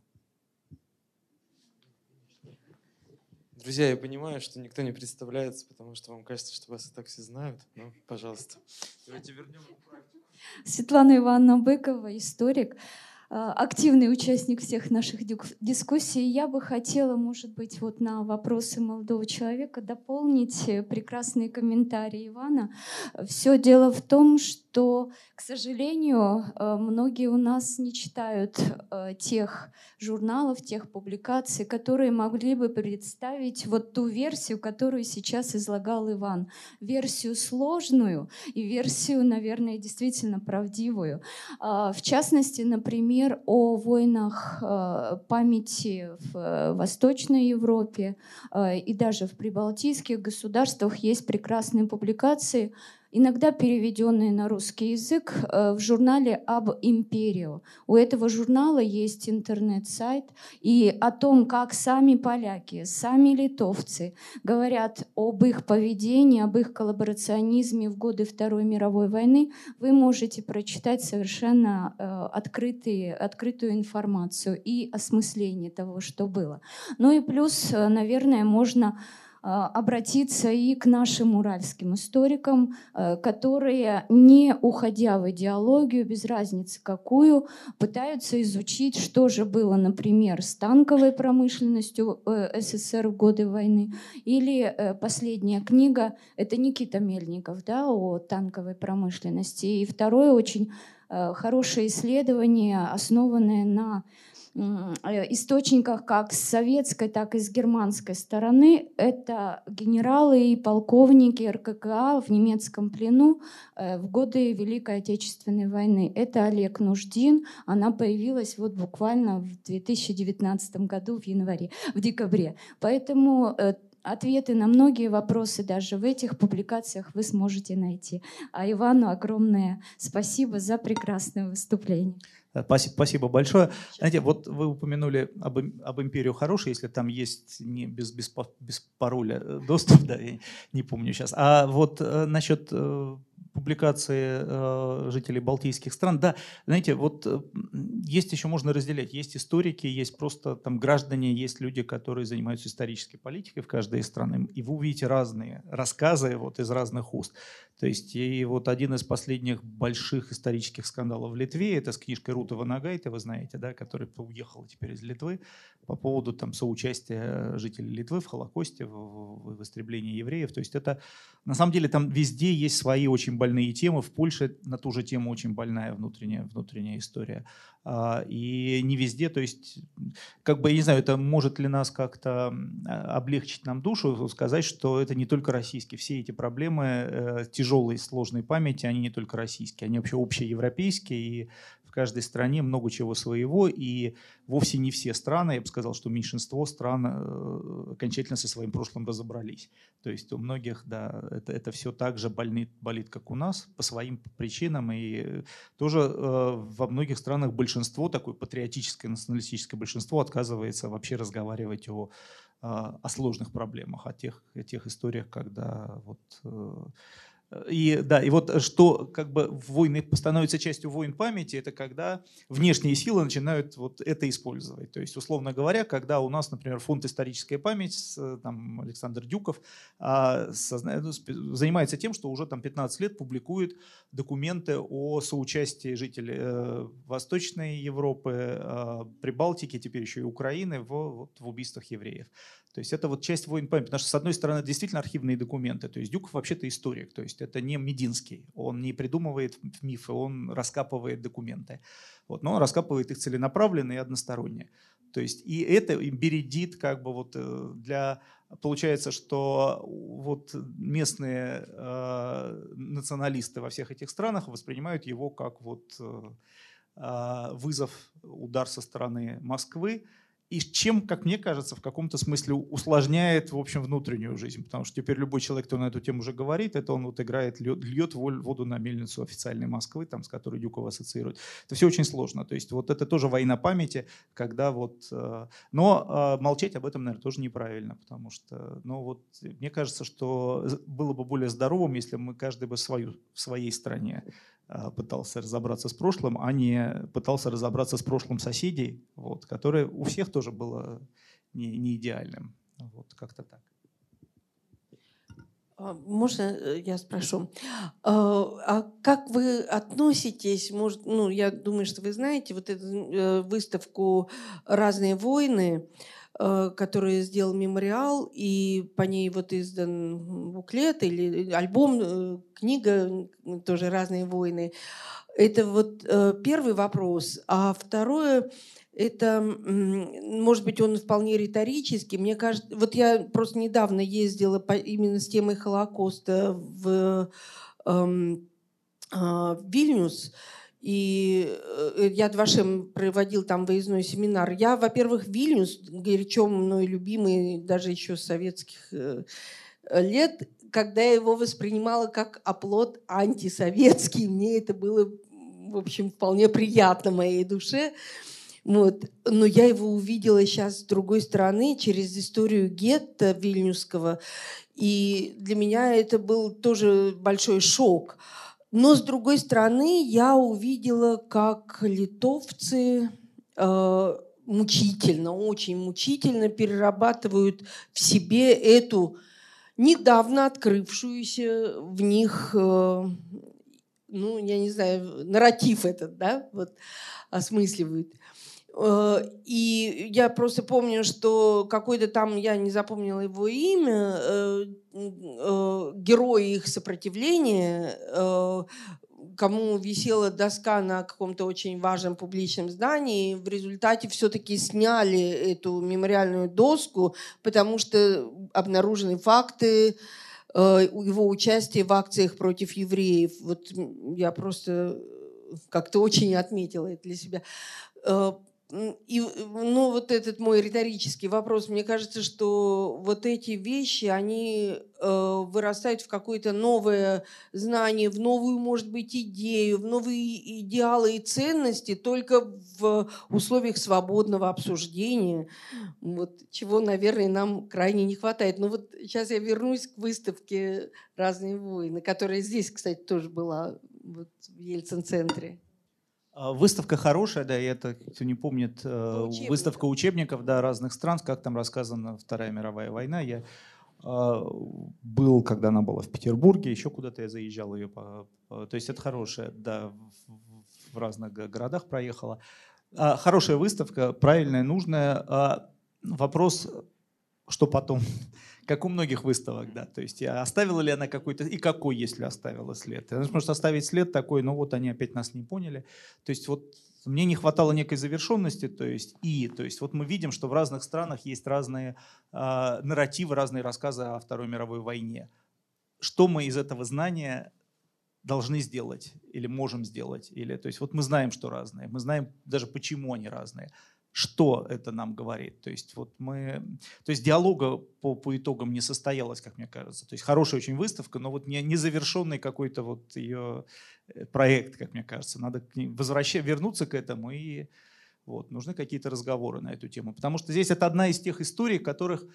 Друзья, я понимаю, что никто не представляется, потому что вам кажется, что вас и так все знают. Ну, пожалуйста. Давайте вернем практику. Светлана Ивановна Быкова, историк, активный участник всех наших дискуссий. Я бы хотела, может быть, вот на вопросы молодого человека дополнить прекрасные комментарии Ивана. Все дело в том, что, к сожалению, многие у нас не читают тех журналов, тех публикаций, которые могли бы представить вот ту версию, которую сейчас излагал Иван. Версию сложную и версию, наверное, действительно правдивую. В частности, например, о войнах памяти в Восточной Европе и даже в прибалтийских государствах есть прекрасные публикации, иногда переведенные на русский язык, в журнале «Об Империо». У этого журнала есть интернет-сайт, и о том, как сами поляки, сами литовцы говорят об их поведении, об их коллаборационизме в годы Второй мировой войны, вы можете прочитать совершенно открытые, открытую информацию и осмысление того, что было. Ну и плюс, наверное, можно обратиться и к нашим уральским историкам, которые, не уходя в идеологию, без разницы какую, пытаются изучить, что же было, например, с танковой промышленностью СССР в годы войны. Или последняя книга, это Никита Мельников, да, о танковой промышленности. И второе очень хорошее исследование, основанное на источниках как с советской, так и с германской стороны. Это генералы и полковники РККА в немецком плену в годы Великой Отечественной войны. Это Олег Нуждин. Она появилась вот буквально в две тысячи девятнадцатом году в январе, в декабре. Поэтому ответы на многие вопросы даже в этих публикациях вы сможете найти. А Ивану огромное спасибо за прекрасное выступление. Спасибо, спасибо большое. Знаете, вот вы упомянули об, об Империю хороший, если там есть не без, без, без пароля доступ, да, я не помню сейчас. А вот э, насчет э, публикации э, жителей балтийских стран, да, знаете, вот э, есть еще, можно разделять, есть историки, есть просто там граждане, есть люди, которые занимаются исторической политикой в каждой из стран, и вы увидите разные рассказы вот из разных уст. То есть и вот один из последних больших исторических скандалов в Литве, это с книжкой Руты Ванагайте, вы знаете, да, который уехал теперь из Литвы, по поводу там соучастия жителей Литвы в Холокосте, в, в, в истреблении евреев. То есть это, на самом деле, там везде есть свои очень больные темы. В Польше на ту же тему очень больная внутренняя, внутренняя история. И не везде, то есть, как бы, я не знаю, это может ли нас как-то облегчить нам душу, сказать, что это не только российские. Все эти проблемы тяжелой, сложной памяти, они не только российские, они вообще общеевропейские, и в каждой стране много чего своего, и вовсе не все страны, я бы сказал, что меньшинство стран окончательно со своим прошлым разобрались. То есть у многих, да, это, это все так же болит, болит, как у нас, по своим причинам, и тоже э, во многих странах большинство, такое патриотическое, националистическое большинство отказывается вообще разговаривать о, о сложных проблемах, о тех, о тех историях, когда вот... Э, И, да, и вот что как бы войны становятся частью войн памяти, это когда внешние силы начинают вот это использовать. То есть, условно говоря, когда у нас, например, фонд «Историческая память», там, Александр Дюков, а, созна... занимается тем, что уже там пятнадцать лет публикует документы о соучастии жителей э, Восточной Европы, э, Прибалтики, теперь еще и Украины в, вот, в убийствах евреев. То есть это вот часть войн памяти. Потому что, с одной стороны, действительно архивные документы. То есть Дюков вообще-то историк. То есть это не Мединский. Он не придумывает мифы, он раскапывает документы. Вот. Но он раскапывает их целенаправленно и односторонне. То есть и это бередит как бы вот для... Получается, что вот местные э, националисты во всех этих странах воспринимают его как вот э, вызов, удар со стороны Москвы. И чем, как мне кажется, в каком-то смысле усложняет, в общем, внутреннюю жизнь. Потому что теперь любой человек, кто на эту тему уже говорит, это он вот играет, льет воду на мельницу официальной Москвы, там, с которой Дюкова ассоциирует. Это все очень сложно. То есть вот это тоже война памяти, когда вот... Но молчать об этом, наверное, тоже неправильно, потому что, ну вот, мне кажется, что было бы более здоровым, если мы каждый бы свою, в своей стране пытался разобраться с прошлым, а не пытался разобраться с прошлым соседей, вот, которое у всех тоже было не, не идеальным. Вот, как-то так. Можно я спрошу? А как вы относитесь, может, ну, я думаю, что вы знаете, вот эту выставку «Разные войны», которую сделал Мемориал, и по ней вот издан буклет или альбом, книга тоже «Разные войны». Это вот первый вопрос. А второе, это, может быть, он вполне риторический. Мне кажется, вот я просто недавно ездила по, именно с темой Холокоста в, эм, э, в Вильнюс, и Яд Вашем проводил там выездной семинар. Я, во-первых, Вильнюс, горячо мной любимый даже еще с советских лет, когда я его воспринимала как оплот антисоветский, мне это было, в общем, вполне приятно моей душе. Вот. Но я его увидела сейчас с другой стороны, через историю гетто вильнюсского, и для меня это был тоже большой шок. Но, с другой стороны, я увидела, как литовцы э, мучительно, очень мучительно перерабатывают в себе эту недавно открывшуюся в них, э, ну, я не знаю, нарратив этот, да, вот, осмысливают. И я просто помню, что какой-то там, я не запомнила его имя, э, э, герой их сопротивления, э, кому висела доска на каком-то очень важном публичном здании, в результате все-таки сняли эту мемориальную доску, потому что обнаружены факты э, его участия в акциях против евреев. Вот я просто как-то очень отметила это для себя. И, ну, вот этот мой риторический вопрос. Мне кажется, что вот эти вещи, они э, вырастают в какое-то новое знание, в новую, может быть, идею, в новые идеалы и ценности, только в условиях свободного обсуждения, вот, чего, наверное, нам крайне не хватает. Но вот сейчас я вернусь к выставке «Разные войны», которая здесь, кстати, тоже была, вот, в Ельцин-центре. Выставка хорошая, да, и это, кто не помнит, Учебников. выставка учебников, да, разных стран, как там рассказана Вторая мировая война. Я э, был, когда она была в Петербурге, еще куда-то я заезжал ее. По, по, то есть это хорошая, да, в, в разных городах проехала. А, хорошая выставка, правильная, нужная. А, вопрос, что потом, Как у многих выставок, да. То есть оставила ли она какой-то, и какой, если оставила след. Она может оставить след такой, но вот они опять нас не поняли. То есть вот мне не хватало некой завершенности, то есть и, то есть вот мы видим, что в разных странах есть разные э, нарративы, разные рассказы о Второй мировой войне. Что мы из этого знания должны сделать или можем сделать? Или, то есть вот мы знаем, что разные, мы знаем даже, почему они разные. Что это нам говорит? То есть, вот мы, то есть диалога по, по итогам не состоялось, как мне кажется. То есть хорошая очень выставка, но вот не, не завершенный какой-то вот ее проект, как мне кажется. Надо к ней возвращать, вернуться к этому, и вот, нужны какие-то разговоры на эту тему. Потому что здесь это одна из тех историй, в которых,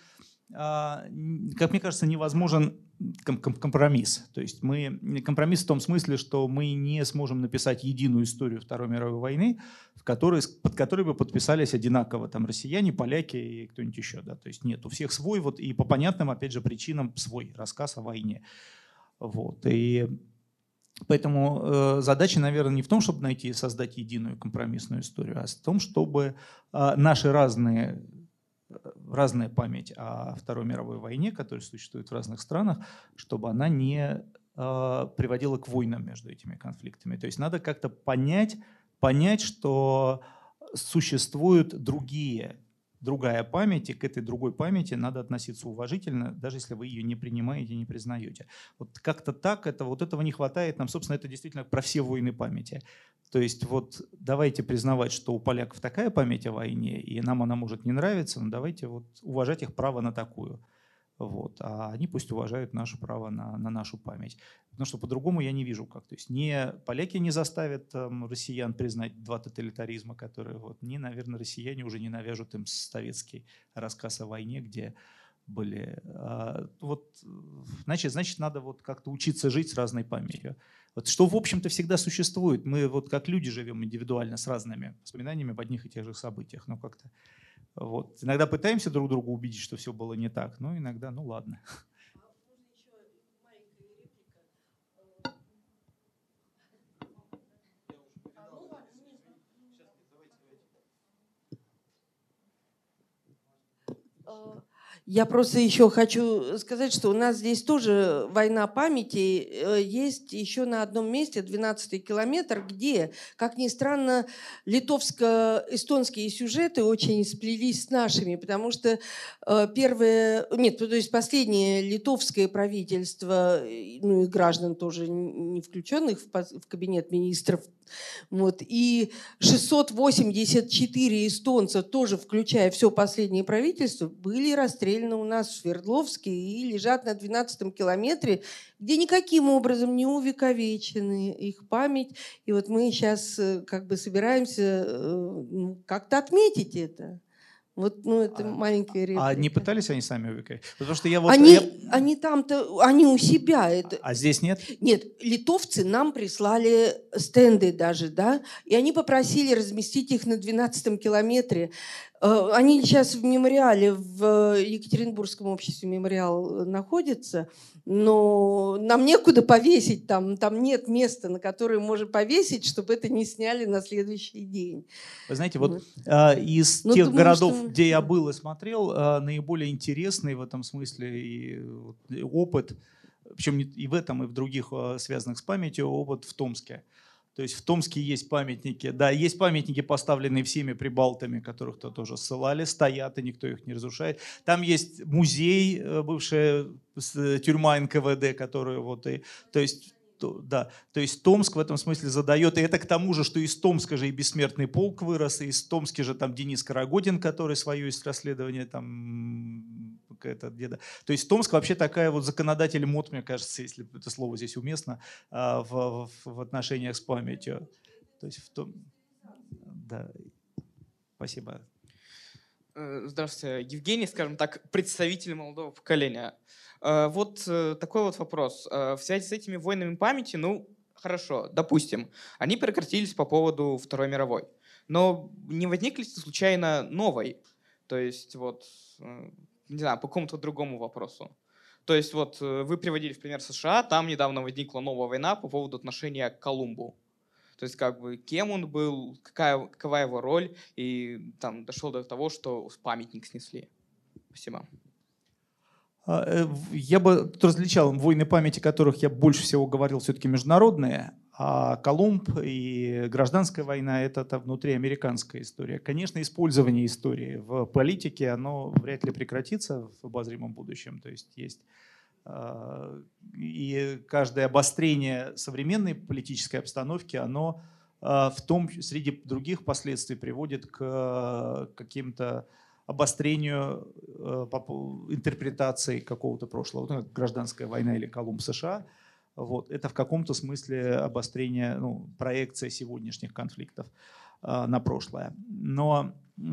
как мне кажется, невозможен компромисс. То есть мы, компромисс в том смысле, что мы не сможем написать единую историю Второй мировой войны, в которой, под которой бы подписались одинаково там россияне, поляки и кто-нибудь еще. Да? То есть нет, у всех свой, вот, и по понятным, опять же, причинам свой рассказ о войне. Вот. И поэтому э, задача, наверное, не в том, чтобы найти и создать единую компромиссную историю, а в том, чтобы э, наши разные разная память о Второй мировой войне, которая существует в разных странах, чтобы она не э, приводила к войнам между этими конфликтами. То есть надо как-то понять, понять, что существуют другие, другая память, и к этой другой памяти надо относиться уважительно, даже если вы ее не принимаете, не признаете. Вот как-то так, это, вот этого не хватает нам. Собственно, это действительно про все войны памяти. То есть вот давайте признавать, что у поляков такая память о войне, и нам она может не нравиться, но давайте вот уважать их право на такую. Вот. А они пусть уважают наше право на, на нашу память. Потому что по-другому я не вижу как. То есть не поляки не заставят там, россиян признать два тоталитаризма, которые, вот, ни, наверное, россияне уже не навяжут им советский рассказ о войне, где были. А, вот, значит, значит, надо вот как-то учиться жить с разной памятью. Вот, что, в общем-то, всегда существует. Мы вот как люди живем индивидуально с разными воспоминаниями об одних и тех же событиях. Но как-то вот. Иногда пытаемся друг друга убедить, что все было не так, но иногда, ну ладно. Я просто еще хочу сказать, что у нас здесь тоже война памяти. Есть еще на одном месте, двенадцатый километр, где, как ни странно, литовско-эстонские сюжеты очень сплелись с нашими, потому что первое, нет, то есть последнее литовское правительство, ну и граждан тоже не включенных в кабинет министров, вот, и шестьсот восемьдесят четыре эстонца, тоже включая все последнее правительство, были расстреляны у нас в Свердловске и лежат на двенадцатом километре, где никаким образом не увековечены их память. И вот мы сейчас как бы собираемся как-то отметить это. Вот, ну, это а, маленькая реплика. А не пытались они сами увековечить? Потому что я вот... Они, я... они там-то, они у себя. Это... А здесь нет? Нет, литовцы нам прислали стенды даже, да, и они попросили разместить их на двенадцатом километре. Они сейчас в мемориале, в Екатеринбургском обществе мемориал находится, но нам некуда повесить там, там нет места, на которое можно повесить, чтобы это не сняли на следующий день. Вы знаете, вот, вот. Э, из ну, тех думаю, городов, что... где я был и смотрел, э, наиболее интересный в этом смысле и, и опыт, причем и в этом, и в других э, связанных с памятью, опыт в Томске. То есть в Томске есть памятники, да, есть памятники, поставленные всеми прибалтами, которых-то тоже ссылали, стоят, и никто их не разрушает. Там есть музей, бывшая тюрьма эн ка вэ дэ, которую вот и, то есть, то, да, то есть Томск в этом смысле задает, и это к тому же, что из Томска же и Бессмертный полк вырос, и из Томска же там Денис Карагодин, который свое есть расследование там это где-то. То есть Томск вообще такая вот законодатель мод, мне кажется, если это слово здесь уместно, в, в, в отношениях с памятью. То есть в том... Да. Спасибо. Здравствуйте, Евгений, скажем так, представитель молодого поколения. Вот такой вот вопрос. В связи с этими войнами памяти, ну, хорошо, допустим, они прекратились по поводу Второй мировой. Но не возникли случайно новой? То есть вот... не знаю, по какому-то другому вопросу. То есть вот вы приводили в пример США, там недавно возникла новая война по поводу отношения к Колумбу. То есть как бы кем он был, какая, какова его роль, и там дошло до того, что памятник снесли. Спасибо. Я бы тут различал войны памяти, о которых я больше всего говорил, все-таки международные, а Колумб и гражданская война – это внутриамериканская история. Конечно, использование истории в политике, оно вряд ли прекратится в обозримом будущем. То есть есть и каждое обострение современной политической обстановки, оно в том, среди других последствий приводит к каким-то обострению интерпретации какого-то прошлого, гражданская война или Колумб США. Вот. Это в каком-то смысле обострение, ну, проекция сегодняшних конфликтов э, на прошлое. Но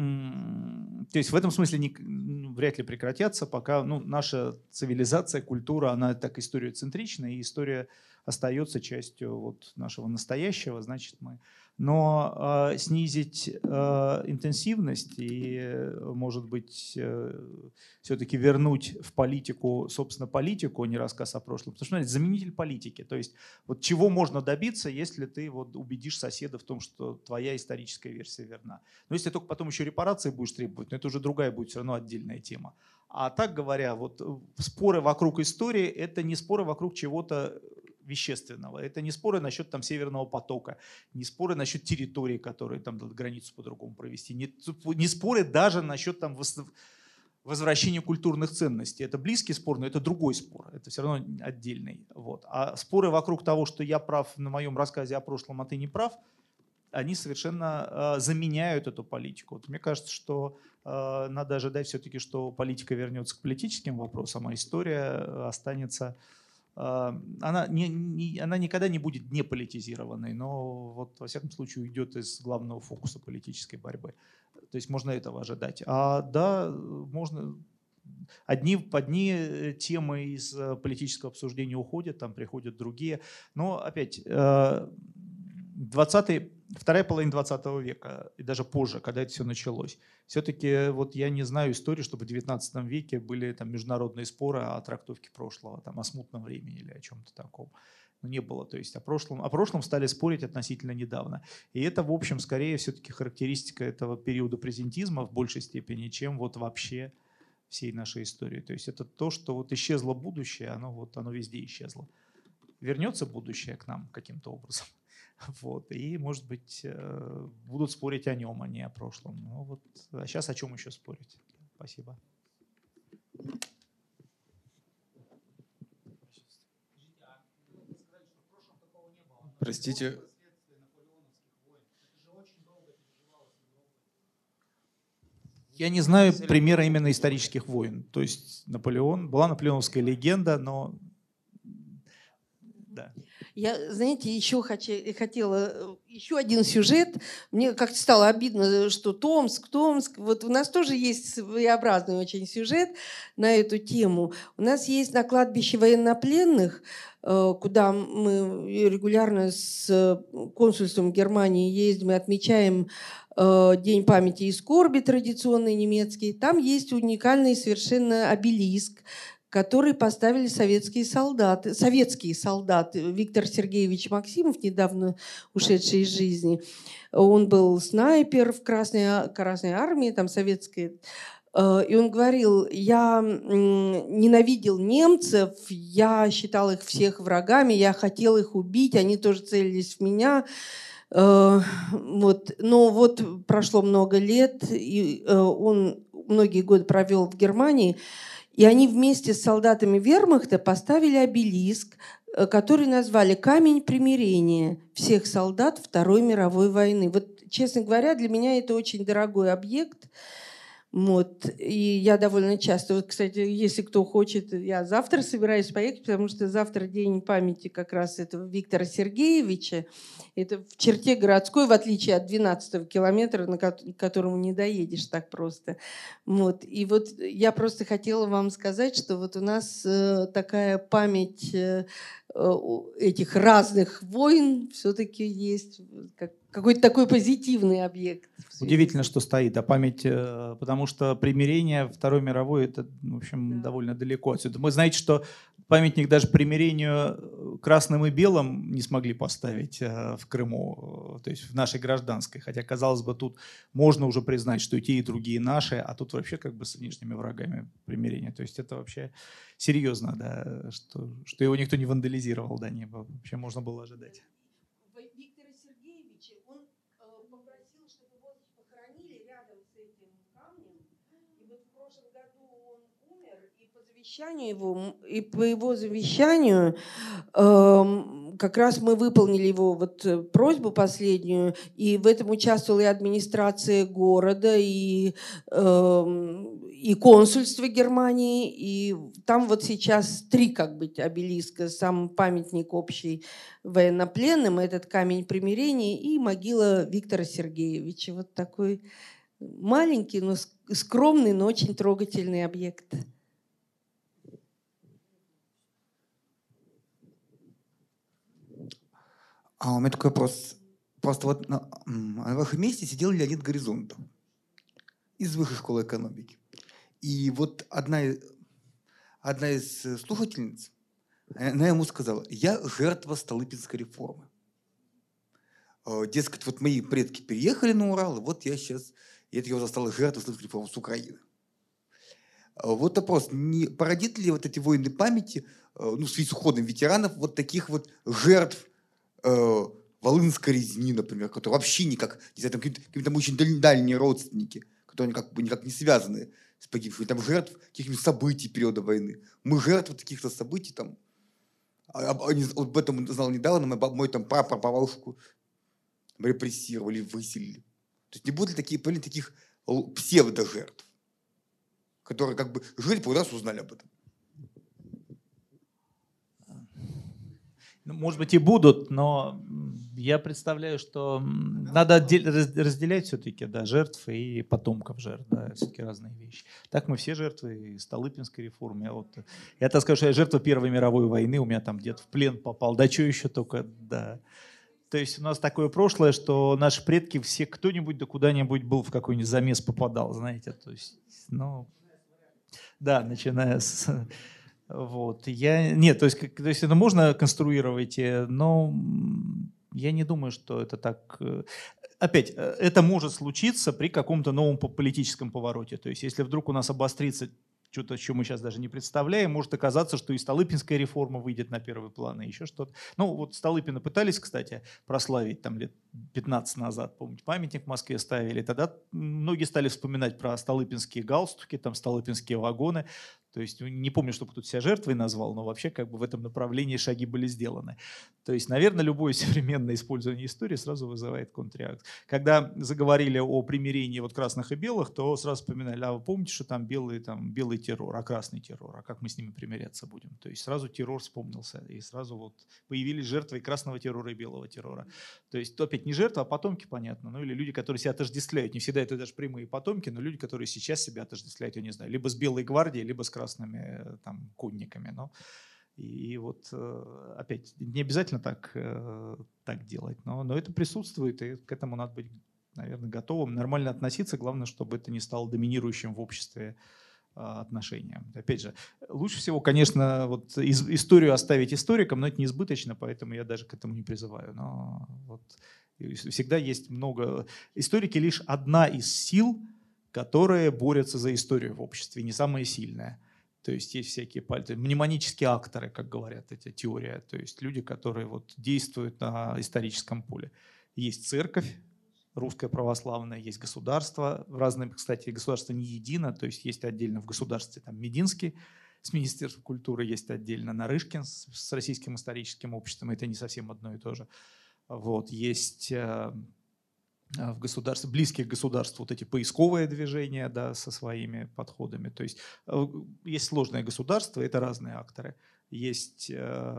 то есть в этом смысле не, вряд ли прекратятся, пока ну, наша цивилизация, культура, она так историоцентрична, и история остается частью вот нашего настоящего, значит мы. Но э, снизить э, интенсивность и, может быть, э, все-таки вернуть в политику, собственно, политику, а не рассказ о прошлом. Потому что, знаете, заменитель политики. То есть вот чего можно добиться, если ты вот убедишь соседа в том, что твоя историческая версия верна. Но если только потом еще репарации будешь требовать, но это уже другая будет все равно отдельная тема. А так говоря, вот споры вокруг истории – это не споры вокруг чего-то вещественного. Это не споры насчет там, Северного потока, не споры насчет территории, которые там границу по-другому провести, не, не споры даже насчет там, возвращения культурных ценностей. Это близкий спор, но это другой спор. Это все равно отдельный. Вот. А споры вокруг того, что я прав на моем рассказе о прошлом, а ты не прав, они совершенно э, заменяют эту политику. Вот мне кажется, что э, надо ожидать все-таки, что политика вернется к политическим вопросам, а история останется... Она, не, не, она никогда не будет деполитизированной, но вот, во всяком случае уйдет из главного фокуса политической борьбы. То есть можно этого ожидать. А да, можно... Одни, одни темы из политического обсуждения уходят, там приходят другие. Но опять, двадцатый, вторая половина двадцатого века и даже позже, когда это все началось, все-таки вот я не знаю истории, чтобы в девятнадцатом веке были там международные споры о трактовке прошлого, там, о смутном времени или о чем-то таком. Ну, не было. То есть о прошлом, о прошлом стали спорить относительно недавно. И это, в общем, скорее все-таки характеристика этого периода презентизма в большей степени, чем вот вообще всей нашей истории. То есть это то, что вот исчезло будущее, оно, вот, оно везде исчезло. Вернется будущее к нам каким-то образом. Вот. И, может быть, будут спорить о нем, а не о прошлом. Ну, вот. А сейчас о чем еще спорить? Спасибо. Простите. Я не знаю примера именно исторических войн. То есть Наполеон, была наполеоновская легенда, но... Да. Я, знаете, еще хотела еще один сюжет. Мне как-то стало обидно, что Томск, Томск. Вот у нас тоже есть своеобразный очень сюжет на эту тему. У нас есть на кладбище военнопленных, куда мы регулярно с консульством Германии ездим и отмечаем День памяти и скорби традиционный немецкий. Там есть уникальный совершенно обелиск, который поставили советские солдаты, советские солдаты. Виктор Сергеевич Максимов, недавно ушедший из жизни, он был снайпер в Красной, Красной армии, там советской. И он говорил, я ненавидел немцев, я считал их всех врагами, я хотел их убить, они тоже целились в меня. Вот. Но вот прошло много лет, и он многие годы провел в Германии, и они вместе с солдатами вермахта поставили обелиск, который назвали «Камень примирения всех солдат Второй мировой войны». Вот, честно говоря, для меня это очень дорогой объект. Вот. И я довольно часто, вот, кстати, если кто хочет, я завтра собираюсь поехать, потому что завтра день памяти как раз этого Виктора Сергеевича. Это в черте городской, в отличие от двенадцатого километра, на которому не доедешь так просто. Вот. И вот я просто хотела вам сказать, что вот у нас э, такая память э, этих разных войн все-таки есть, как какой-то такой позитивный объект. Удивительно, что стоит, да, память, потому что примирение Второй мировой, это, в общем, да. довольно далеко отсюда. Мы знаете, что памятник даже примирению красным и белым не смогли поставить в Крыму, то есть в нашей гражданской. Хотя, казалось бы, тут можно уже признать, что и те, и другие наши, а тут вообще как бы с внешними врагами примирение. То есть это вообще серьезно, да, что, что его никто не вандализировал, да, не было. Вообще можно было ожидать. Виктора Сергеевича, он попросил, чтобы его похоронили рядом с этим камнем. И вот в прошлом году он умер, и по завещанию его, и по его завещанию э, как раз мы выполнили его вот просьбу последнюю, и в этом участвовала и администрация города, и, э, и консульство Германии, и там вот сейчас три как бы обелиска, сам памятник общий военнопленным, этот камень примирения и могила Виктора Сергеевича. Вот такой маленький, но скромный, но очень трогательный объект. А у меня такой вопрос. Просто вот на, на вашем месте сидел Леонид Горизонтов из высшей школы экономики. И вот одна, одна из слушательниц, она ему сказала: я жертва Столыпинской реформы. Дескать, вот мои предки переехали на Урал, и вот я сейчас, и это я уже стала жертвой Столыпинской реформы с Украины. Вот вопрос, не породит ли вот эти войны памяти, ну, в связи с уходом ветеранов, вот таких вот жертв э, Волынской резни, например, которые вообще никак, не знаю, там какие-то, какие-то очень дальние родственники, которые как бы никак не связаны с погибшими, там жертв каких-нибудь событий периода войны. Мы жертвы таких-то событий, там, об, об этом знал недавно, мой, мой там прапрабабушку репрессировали, выселили. То есть не будут ли такие, были таких псевдожертв, которые как бы жили, по раз узнали об этом? Ну, может быть, и будут, но я представляю, что надо разделять все-таки, да, жертв и потомков жертв, да, все-таки разные вещи. Так мы все жертвы и Столыпинской реформы. Я, вот, я так скажу, что я жертва Первой мировой войны, у меня там дед в плен попал, да что еще только, да. То есть у нас такое прошлое, что наши предки все, кто-нибудь да куда-нибудь был в какой-нибудь замес попадал, знаете, то есть, ну, да, начиная с... Вот. Я, нет, то есть, то есть это можно конструировать, но я не думаю, что это так... Опять, это может случиться при каком-то новом политическом повороте. То есть если вдруг у нас обострится что-то, что мы сейчас даже не представляем, может оказаться, что и Столыпинская реформа выйдет на первый план, и еще что-то. Ну вот Столыпина пытались, кстати, прославить там лет пятнадцать назад, помните, памятник в Москве ставили. Тогда многие стали вспоминать про столыпинские галстуки, там столыпинские вагоны. То есть не помню, чтобы кто-то себя жертвой назвал, но вообще как бы в этом направлении шаги были сделаны. То есть, наверное, любое современное использование истории сразу вызывает контрреакцию. Когда заговорили о примирении вот красных и белых, то сразу вспоминали: а вы помните, что там белый, там белый террор, а красный террор, а как мы с ними примиряться будем? То есть сразу террор вспомнился, и сразу вот появились жертвы и красного террора, и белого террора. То есть то опять не жертвы, а потомки, понятно, ну или люди, которые себя отождествляют. Не всегда это даже прямые потомки, но люди, которые сейчас себя отождествляют, я не знаю, либо с белой гвардией, либо с красной там конниками, но и вот опять не обязательно так, так делать, но, но это присутствует, и к этому надо быть, наверное, готовым, нормально относиться, главное, чтобы это не стало доминирующим в обществе отношением. Опять же, лучше всего, конечно, вот историю оставить историкам, но это неизбыточно, поэтому я даже к этому не призываю. Но вот всегда есть много... Историки лишь одна из сил, которые борются за историю в обществе, не самая сильная. То есть есть всякие пальцы, мнемонические акторы, как говорят, эта теория, то есть люди, которые вот действуют на историческом поле. Есть церковь русская православная, есть государство, в разные, кстати, государство не едино, то есть есть отдельно в государстве там Мединский с Министерством культуры, есть отдельно Нарышкин с, с Российским историческим обществом, это не совсем одно и то же. Вот, есть... в государстве, близких к государству вот эти поисковые движения, да, со своими подходами. То есть есть сложное государство, это разные акторы. Есть,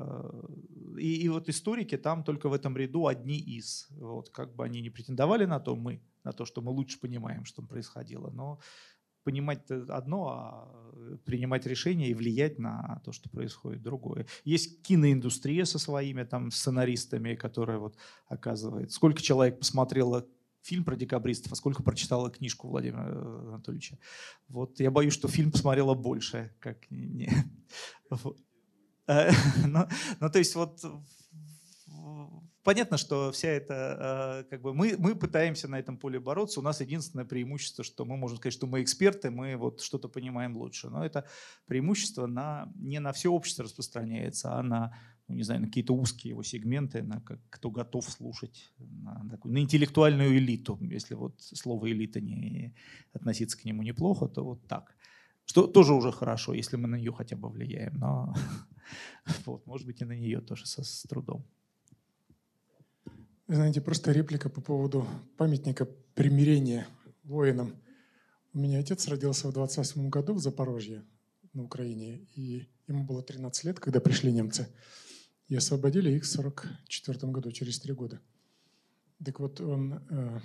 и, и вот историки там только в этом ряду одни из. Вот, как бы они не претендовали на то, мы, на то, что мы лучше понимаем, что происходило, но понимать одно, а принимать решения и влиять на то, что происходит, другое. Есть киноиндустрия со своими там сценаристами, которая вот оказывает... Сколько человек посмотрело фильм про декабристов, а сколько прочитала книжку Владимира Анатольевича. Вот я боюсь, что фильм посмотрела больше, как не... Вот. Ну, ну, то есть вот понятно, что вся эта, как бы мы, мы пытаемся на этом поле бороться. У нас единственное преимущество, что мы можем сказать, что мы эксперты, мы вот что-то понимаем лучше. Но это преимущество на, не на все общество распространяется, а на, ну, не знаю, на какие-то узкие его сегменты, на как, кто готов слушать, на, такую, на интеллектуальную элиту. Если вот слово элита не относиться к нему неплохо, то вот так. Что тоже уже хорошо, если мы на нее хотя бы влияем. Но вот, может быть, и на нее тоже со, с трудом. Знаете, просто реплика по поводу памятника примирения воинам. У меня отец родился в двадцать восьмом году в Запорожье, на Украине, и ему было тринадцать лет, когда пришли немцы. И освободили их в сорок четвёртом году, через три года. Так вот, он,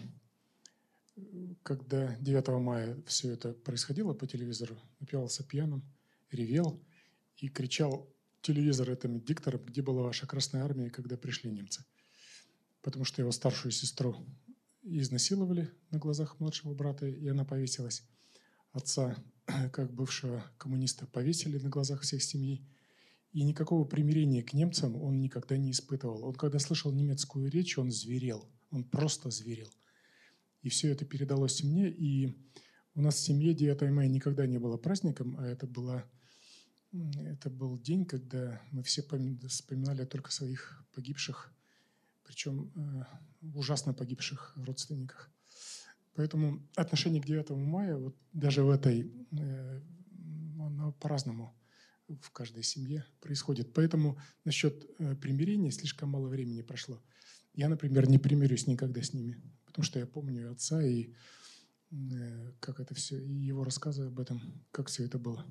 когда девятого мая все это происходило по телевизору, напивался пьяным, ревел и кричал телевизор этим диктором: где была ваша Красная Армия, когда пришли немцы? Потому что его старшую сестру изнасиловали на глазах младшего брата, и она повесилась. Отца, как бывшего коммуниста, повесили на глазах всех семьи. И никакого примирения к немцам он никогда не испытывал. Он, когда слышал немецкую речь, он зверел. Он просто зверел. И все это передалось мне. И у нас в семье девятого мая никогда не было праздником, а это, было, это был день, когда мы все вспоминали только своих погибших, причем э, ужасно погибших родственниках. Поэтому отношение к девятому мая, вот даже в этой, э, оно по-разному в каждой семье происходит. Поэтому насчет э, примирения слишком мало времени прошло. Я, например, не примирюсь никогда с ними, потому что я помню отца и э, как это все, и его рассказы об этом, как все это было.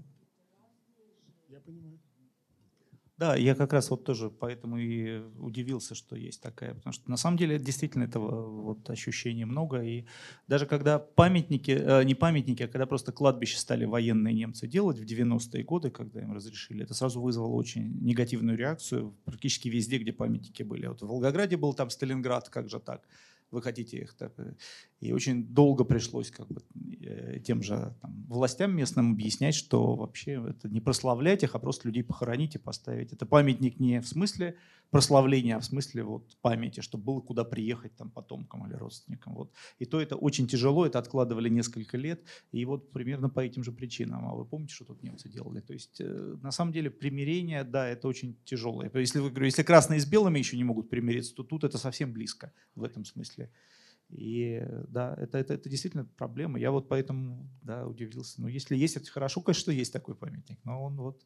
Я понимаю. Да, я как раз вот тоже поэтому и удивился, что есть такая, потому что на самом деле действительно этого вот ощущения много, и даже когда памятники, э, не памятники, а когда просто кладбища стали военные немцы делать в девяностые годы, когда им разрешили, это сразу вызвало очень негативную реакцию практически везде, где памятники были. Вот в Волгограде был там Сталинград, как же так? Вы хотите их так? И очень долго пришлось как бы тем же там, властям местным объяснять, что вообще это не прославлять их, а просто людей похоронить и поставить. Это памятник не в смысле прославления, а в смысле вот памяти, чтобы было куда приехать там потомкам или родственникам. Вот. И то это очень тяжело, это откладывали несколько лет, и вот примерно по этим же причинам. А вы помните, что тут немцы делали? То есть на самом деле примирение, да, это очень тяжелое. Если, вы, говорю, если красные с белыми еще не могут примириться, то тут это совсем близко в этом смысле. И да, это, это, это действительно проблема. Я вот поэтому да, удивился. Ну, если есть, это хорошо, конечно, что есть такой памятник, но он вот...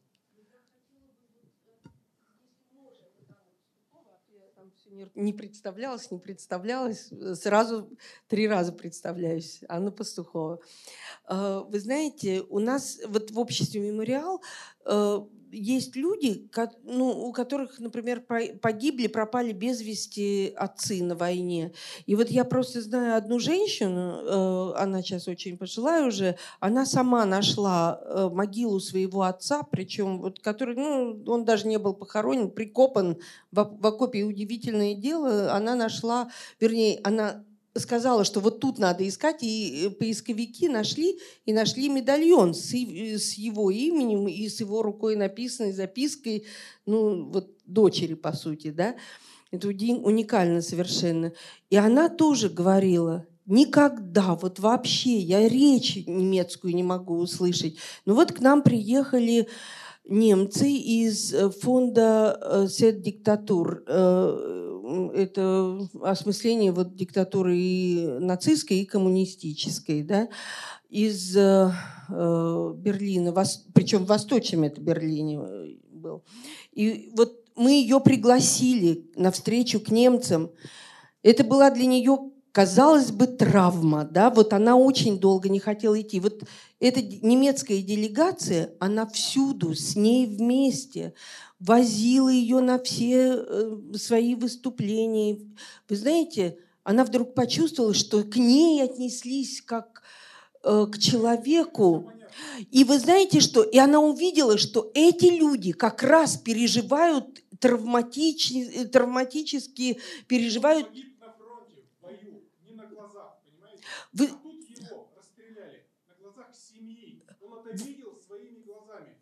Не представлялась, не представлялась. Сразу три раза представляюсь. Анна Пастухова. Вы знаете, у нас вот в обществе «Мемориал» есть люди, ну, у которых, например, погибли, пропали без вести отцы на войне. И вот я просто знаю одну женщину, она сейчас очень пожилая уже, она сама нашла могилу своего отца, причем вот который, ну, он даже не был похоронен, прикопан в окопе. И удивительное дело, она нашла, вернее, она сказала, что вот тут надо искать, и поисковики нашли, и нашли медальон с, с его именем и с его рукой написанной запиской, ну, вот дочери, по сути, да. Это уникально совершенно. И она тоже говорила: никогда, вот вообще, я речь немецкую не могу услышать. Но вот к нам приехали немцы из фонда «Сет-диктатур». Это осмысление вот диктатуры и нацистской, и коммунистической, да, из э, Берлина, вос, причем в восточном это Берлине был. И вот мы ее пригласили на встречу к немцам. Это была для нее, казалось бы, травма, да, вот она очень долго не хотела идти. Вот эта немецкая делегация, она всюду с ней вместе возила ее на все свои выступления. Вы знаете, она вдруг почувствовала, что к ней отнеслись как э, к человеку. И вы знаете, что? И она увидела, что эти люди как раз переживают травматически, травматически переживают... На фронте, в бою, не на глазах, понимаете? Вы... А тут его расстреляли на глазах семьи. Он это видел своими глазами.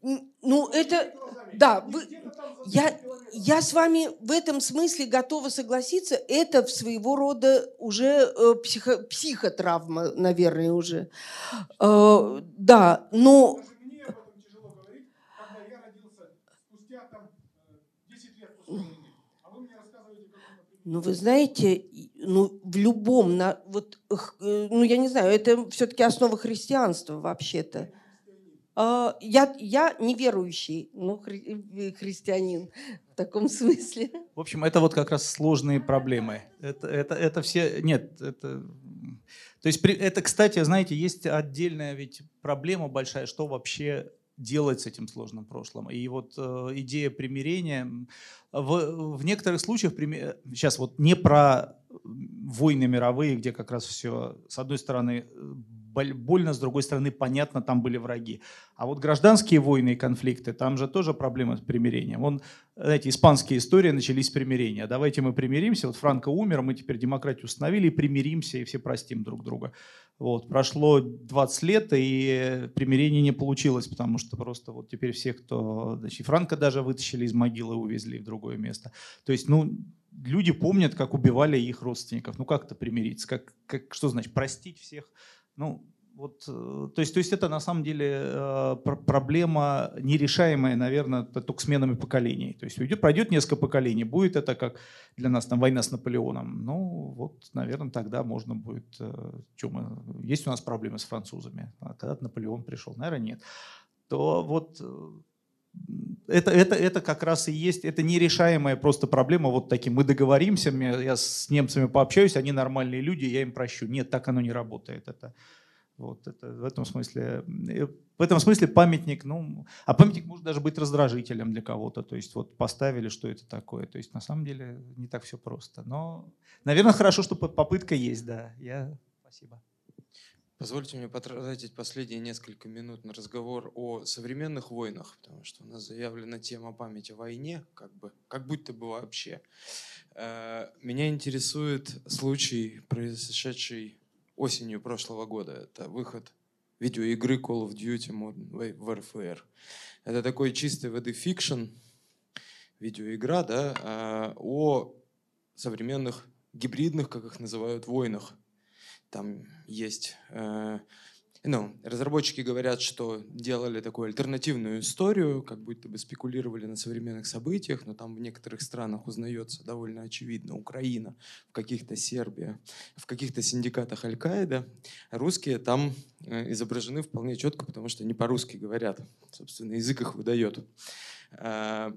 Ну, это... Да, вы, я, я с вами в этом смысле готова согласиться. Это своего рода уже э, психо, психотравма, наверное, уже. Э, да, но... Даже мне об этом тяжело говорить, когда я родился спустя там десять лет после войны. А вы мне рассказываете, как он, например... Ну, вы знаете, ну, в любом... На, вот, э, ну, я не знаю, это все-таки основа христианства вообще-то. Я, я неверующий, ну, хри, христианин в таком смысле. В общем, это вот как раз сложные проблемы. Это, это, это все... Нет, это... То есть, это, кстати, знаете, есть отдельная ведь проблема большая, что вообще делать с этим сложным прошлым. И вот э, идея примирения... В, в некоторых случаях, сейчас вот не про войны мировые, где как раз все, с одной стороны, больно, с другой стороны, понятно, там были враги. А вот гражданские войны и конфликты, там же тоже проблема с примирением. Вон, знаете, испанские истории начались с примирения. Давайте мы примиримся, вот Франко умер, мы теперь демократию установили, и примиримся, и все простим друг друга. Вот. Прошло двадцать лет, и примирение не получилось, потому что просто вот теперь всех, кто... Значит, Франко даже вытащили из могилы и увезли в другое место. То есть, ну, люди помнят, как убивали их родственников. Ну, как это примириться? Как, как, что значит простить всех? Ну, вот, то есть, то есть это на самом деле э, проблема нерешаемая, наверное, только сменами поколений. То есть уйдет, пройдет несколько поколений, будет это как для нас там война с Наполеоном. Ну, вот, наверное, тогда можно будет... Э, что мы, есть у нас проблемы с французами? А когда Наполеон пришел? Наверное, нет. То вот... Это, это, это как раз и есть, это нерешаемая просто проблема, вот таким, мы договоримся, я с немцами пообщаюсь, они нормальные люди, я им прощу. Нет, так оно не работает. Это, вот, это, в, этом смысле, в этом смысле памятник, ну, а памятник может даже быть раздражителем для кого-то, то есть вот поставили, что это такое, то есть на самом деле не так все просто. Но, наверное, хорошо, что попытка есть, да. Я... Спасибо. Позвольте мне потратить последние несколько минут на разговор о современных войнах, потому что у нас заявлена тема памяти о войне, как бы, как будто бы вообще. Меня интересует случай, произошедший осенью прошлого года. Это выход видеоигры Call of Duty Modern Warfare. Это такой чистой воды фикшн, видеоигра, да, о современных гибридных, как их называют, войнах. Там есть... Э, ну, разработчики говорят, что делали такую альтернативную историю, как будто бы спекулировали на современных событиях, но там в некоторых странах узнается довольно очевидно Украина, в каких-то Сербия, в каких-то синдикатах Аль-Каида. Русские там э, изображены вполне четко, потому что они по-русски говорят. Собственно, язык их выдает. Э,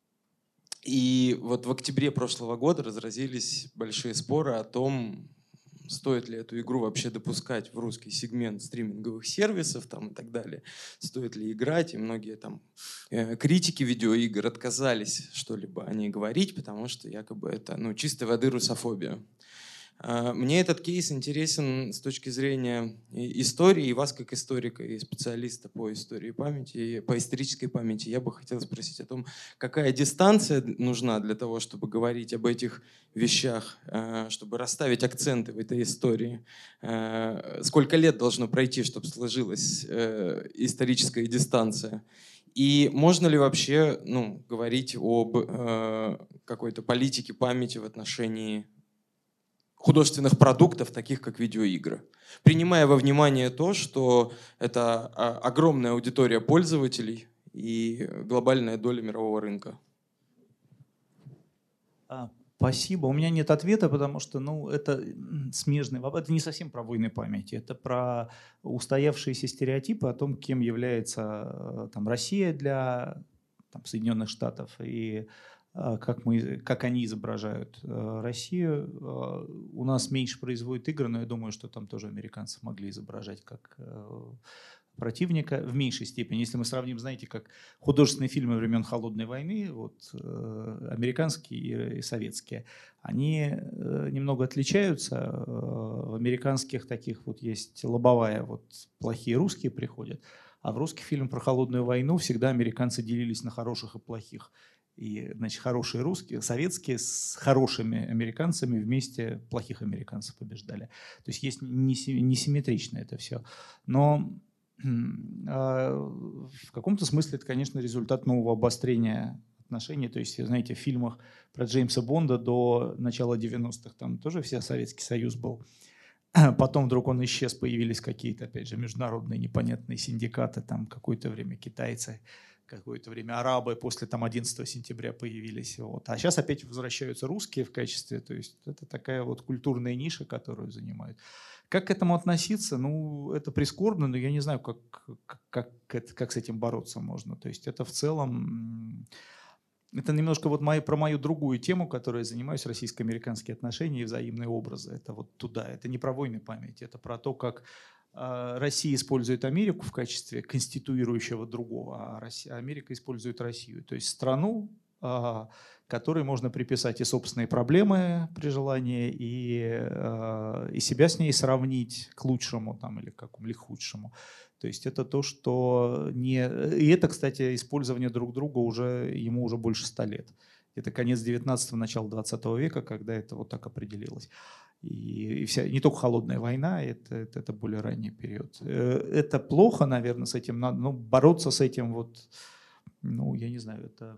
и вот в октябре прошлого года разразились большие споры о том, стоит ли эту игру вообще допускать в русский сегмент стриминговых сервисов там, и так далее, стоит ли играть, и многие там э, критики видеоигр отказались что-либо о ней говорить, потому что якобы это ну, чистой воды русофобия. Э, мне этот кейс интересен с точки зрения истории, и вас как историка и специалиста по истории памяти, по исторической памяти. Я бы хотел спросить о том, какая дистанция нужна для того, чтобы говорить об этих вещах, чтобы расставить акценты в этой истории. Сколько лет должно пройти, чтобы сложилась историческая дистанция? И можно ли вообще ну, говорить об какой-то политике памяти в отношении художественных продуктов, таких как видеоигры, принимая во внимание то, что это огромная аудитория пользователей и глобальная доля мирового рынка? Спасибо. У меня нет ответа, потому что ну, это смежный вопрос. Это не совсем про войны памяти. Это про устоявшиеся стереотипы о том, кем является там, Россия для там, Соединенных Штатов и как, мы, как они изображают Россию. У нас меньше производят игры, но я думаю, что там тоже американцы могли изображать как противника в меньшей степени. Если мы сравним, знаете, как художественные фильмы времен Холодной войны, вот, э, американские и, и советские, они э, немного отличаются. Э, в американских таких вот есть лобовая, вот плохие русские приходят, а в русский фильм про Холодную войну всегда американцы делились на хороших и плохих. И, значит, хорошие русские, советские с хорошими американцами вместе плохих американцев побеждали. То есть есть несимметрично это все. Но В каком-то смысле это, конечно, результат нового обострения отношений. То есть, знаете, в фильмах про Джеймса Бонда до начала девяностых там тоже вся Советский Союз был. Потом вдруг он исчез, появились какие-то, опять же, международные непонятные синдикаты, там какое-то время китайцы, какое-то время арабы, после там одиннадцатого сентября появились. Вот. А сейчас опять возвращаются русские в качестве, то есть это такая вот культурная ниша, которую занимают. Как к этому относиться? Ну, это прискорбно, но я не знаю, как, как, как, как с этим бороться можно. То есть это в целом... Это немножко вот мои, про мою другую тему, которой я занимаюсь, российско-американские отношения и взаимные образы. Это вот туда. Это не про войны памяти, это про то, как э, Россия использует Америку в качестве конституирующего другого, а Россия, Америка использует Россию. То есть страну, э, которой можно приписать и собственные проблемы при желании, и, э, и себя с ней сравнить к лучшему там, или, как, или к худшему. То есть это то, что не... И это, кстати, использование друг друга уже, ему уже больше ста лет. Это конец девятнадцатого, начало двадцатого века, когда это вот так определилось. И, и вся, не только холодная война, это, это, это более ранний период. Это плохо, наверное, с этим надо, но бороться с этим вот, ну, я не знаю, это...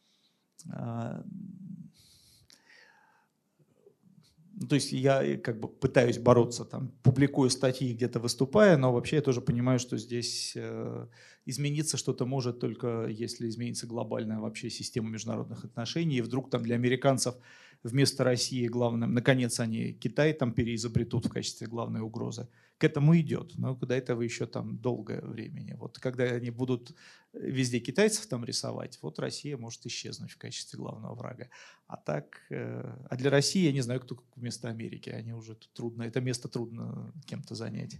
То есть я как бы пытаюсь бороться, там, публикую статьи, где-то выступая, но вообще я тоже понимаю, что здесь э, измениться что-то может только если изменится глобальная вообще система международных отношений. И вдруг там для американцев вместо России главным, наконец они Китай там переизобретут в качестве главной угрозы. К этому идет, но до этого еще там долгое времени. Вот когда они будут везде китайцев там рисовать, вот Россия может исчезнуть в качестве главного врага. А так, а для России я не знаю, кто вместо Америки. Они уже тут трудно, это место трудно кем-то занять.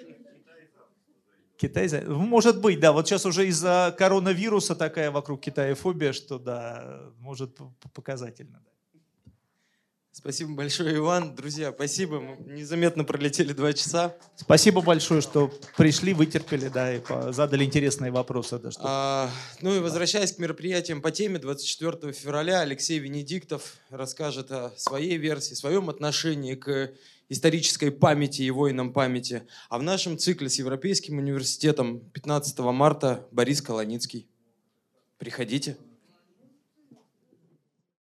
Китай, может быть, да. Вот сейчас уже из-за коронавируса такая вокруг Китая фобия, что да, может показательно. Да. Спасибо большое, Иван. Друзья, спасибо. Мы незаметно пролетели два часа. Спасибо большое, что пришли, вытерпели, да, и задали интересные вопросы. Да, что... а, ну и возвращаясь к мероприятиям по теме, двадцать четвёртого февраля Алексей Венедиктов расскажет о своей версии, своем отношении к исторической памяти и воинам памяти. А в нашем цикле с Европейским университетом пятнадцатого марта Борис Колоницкий. Приходите.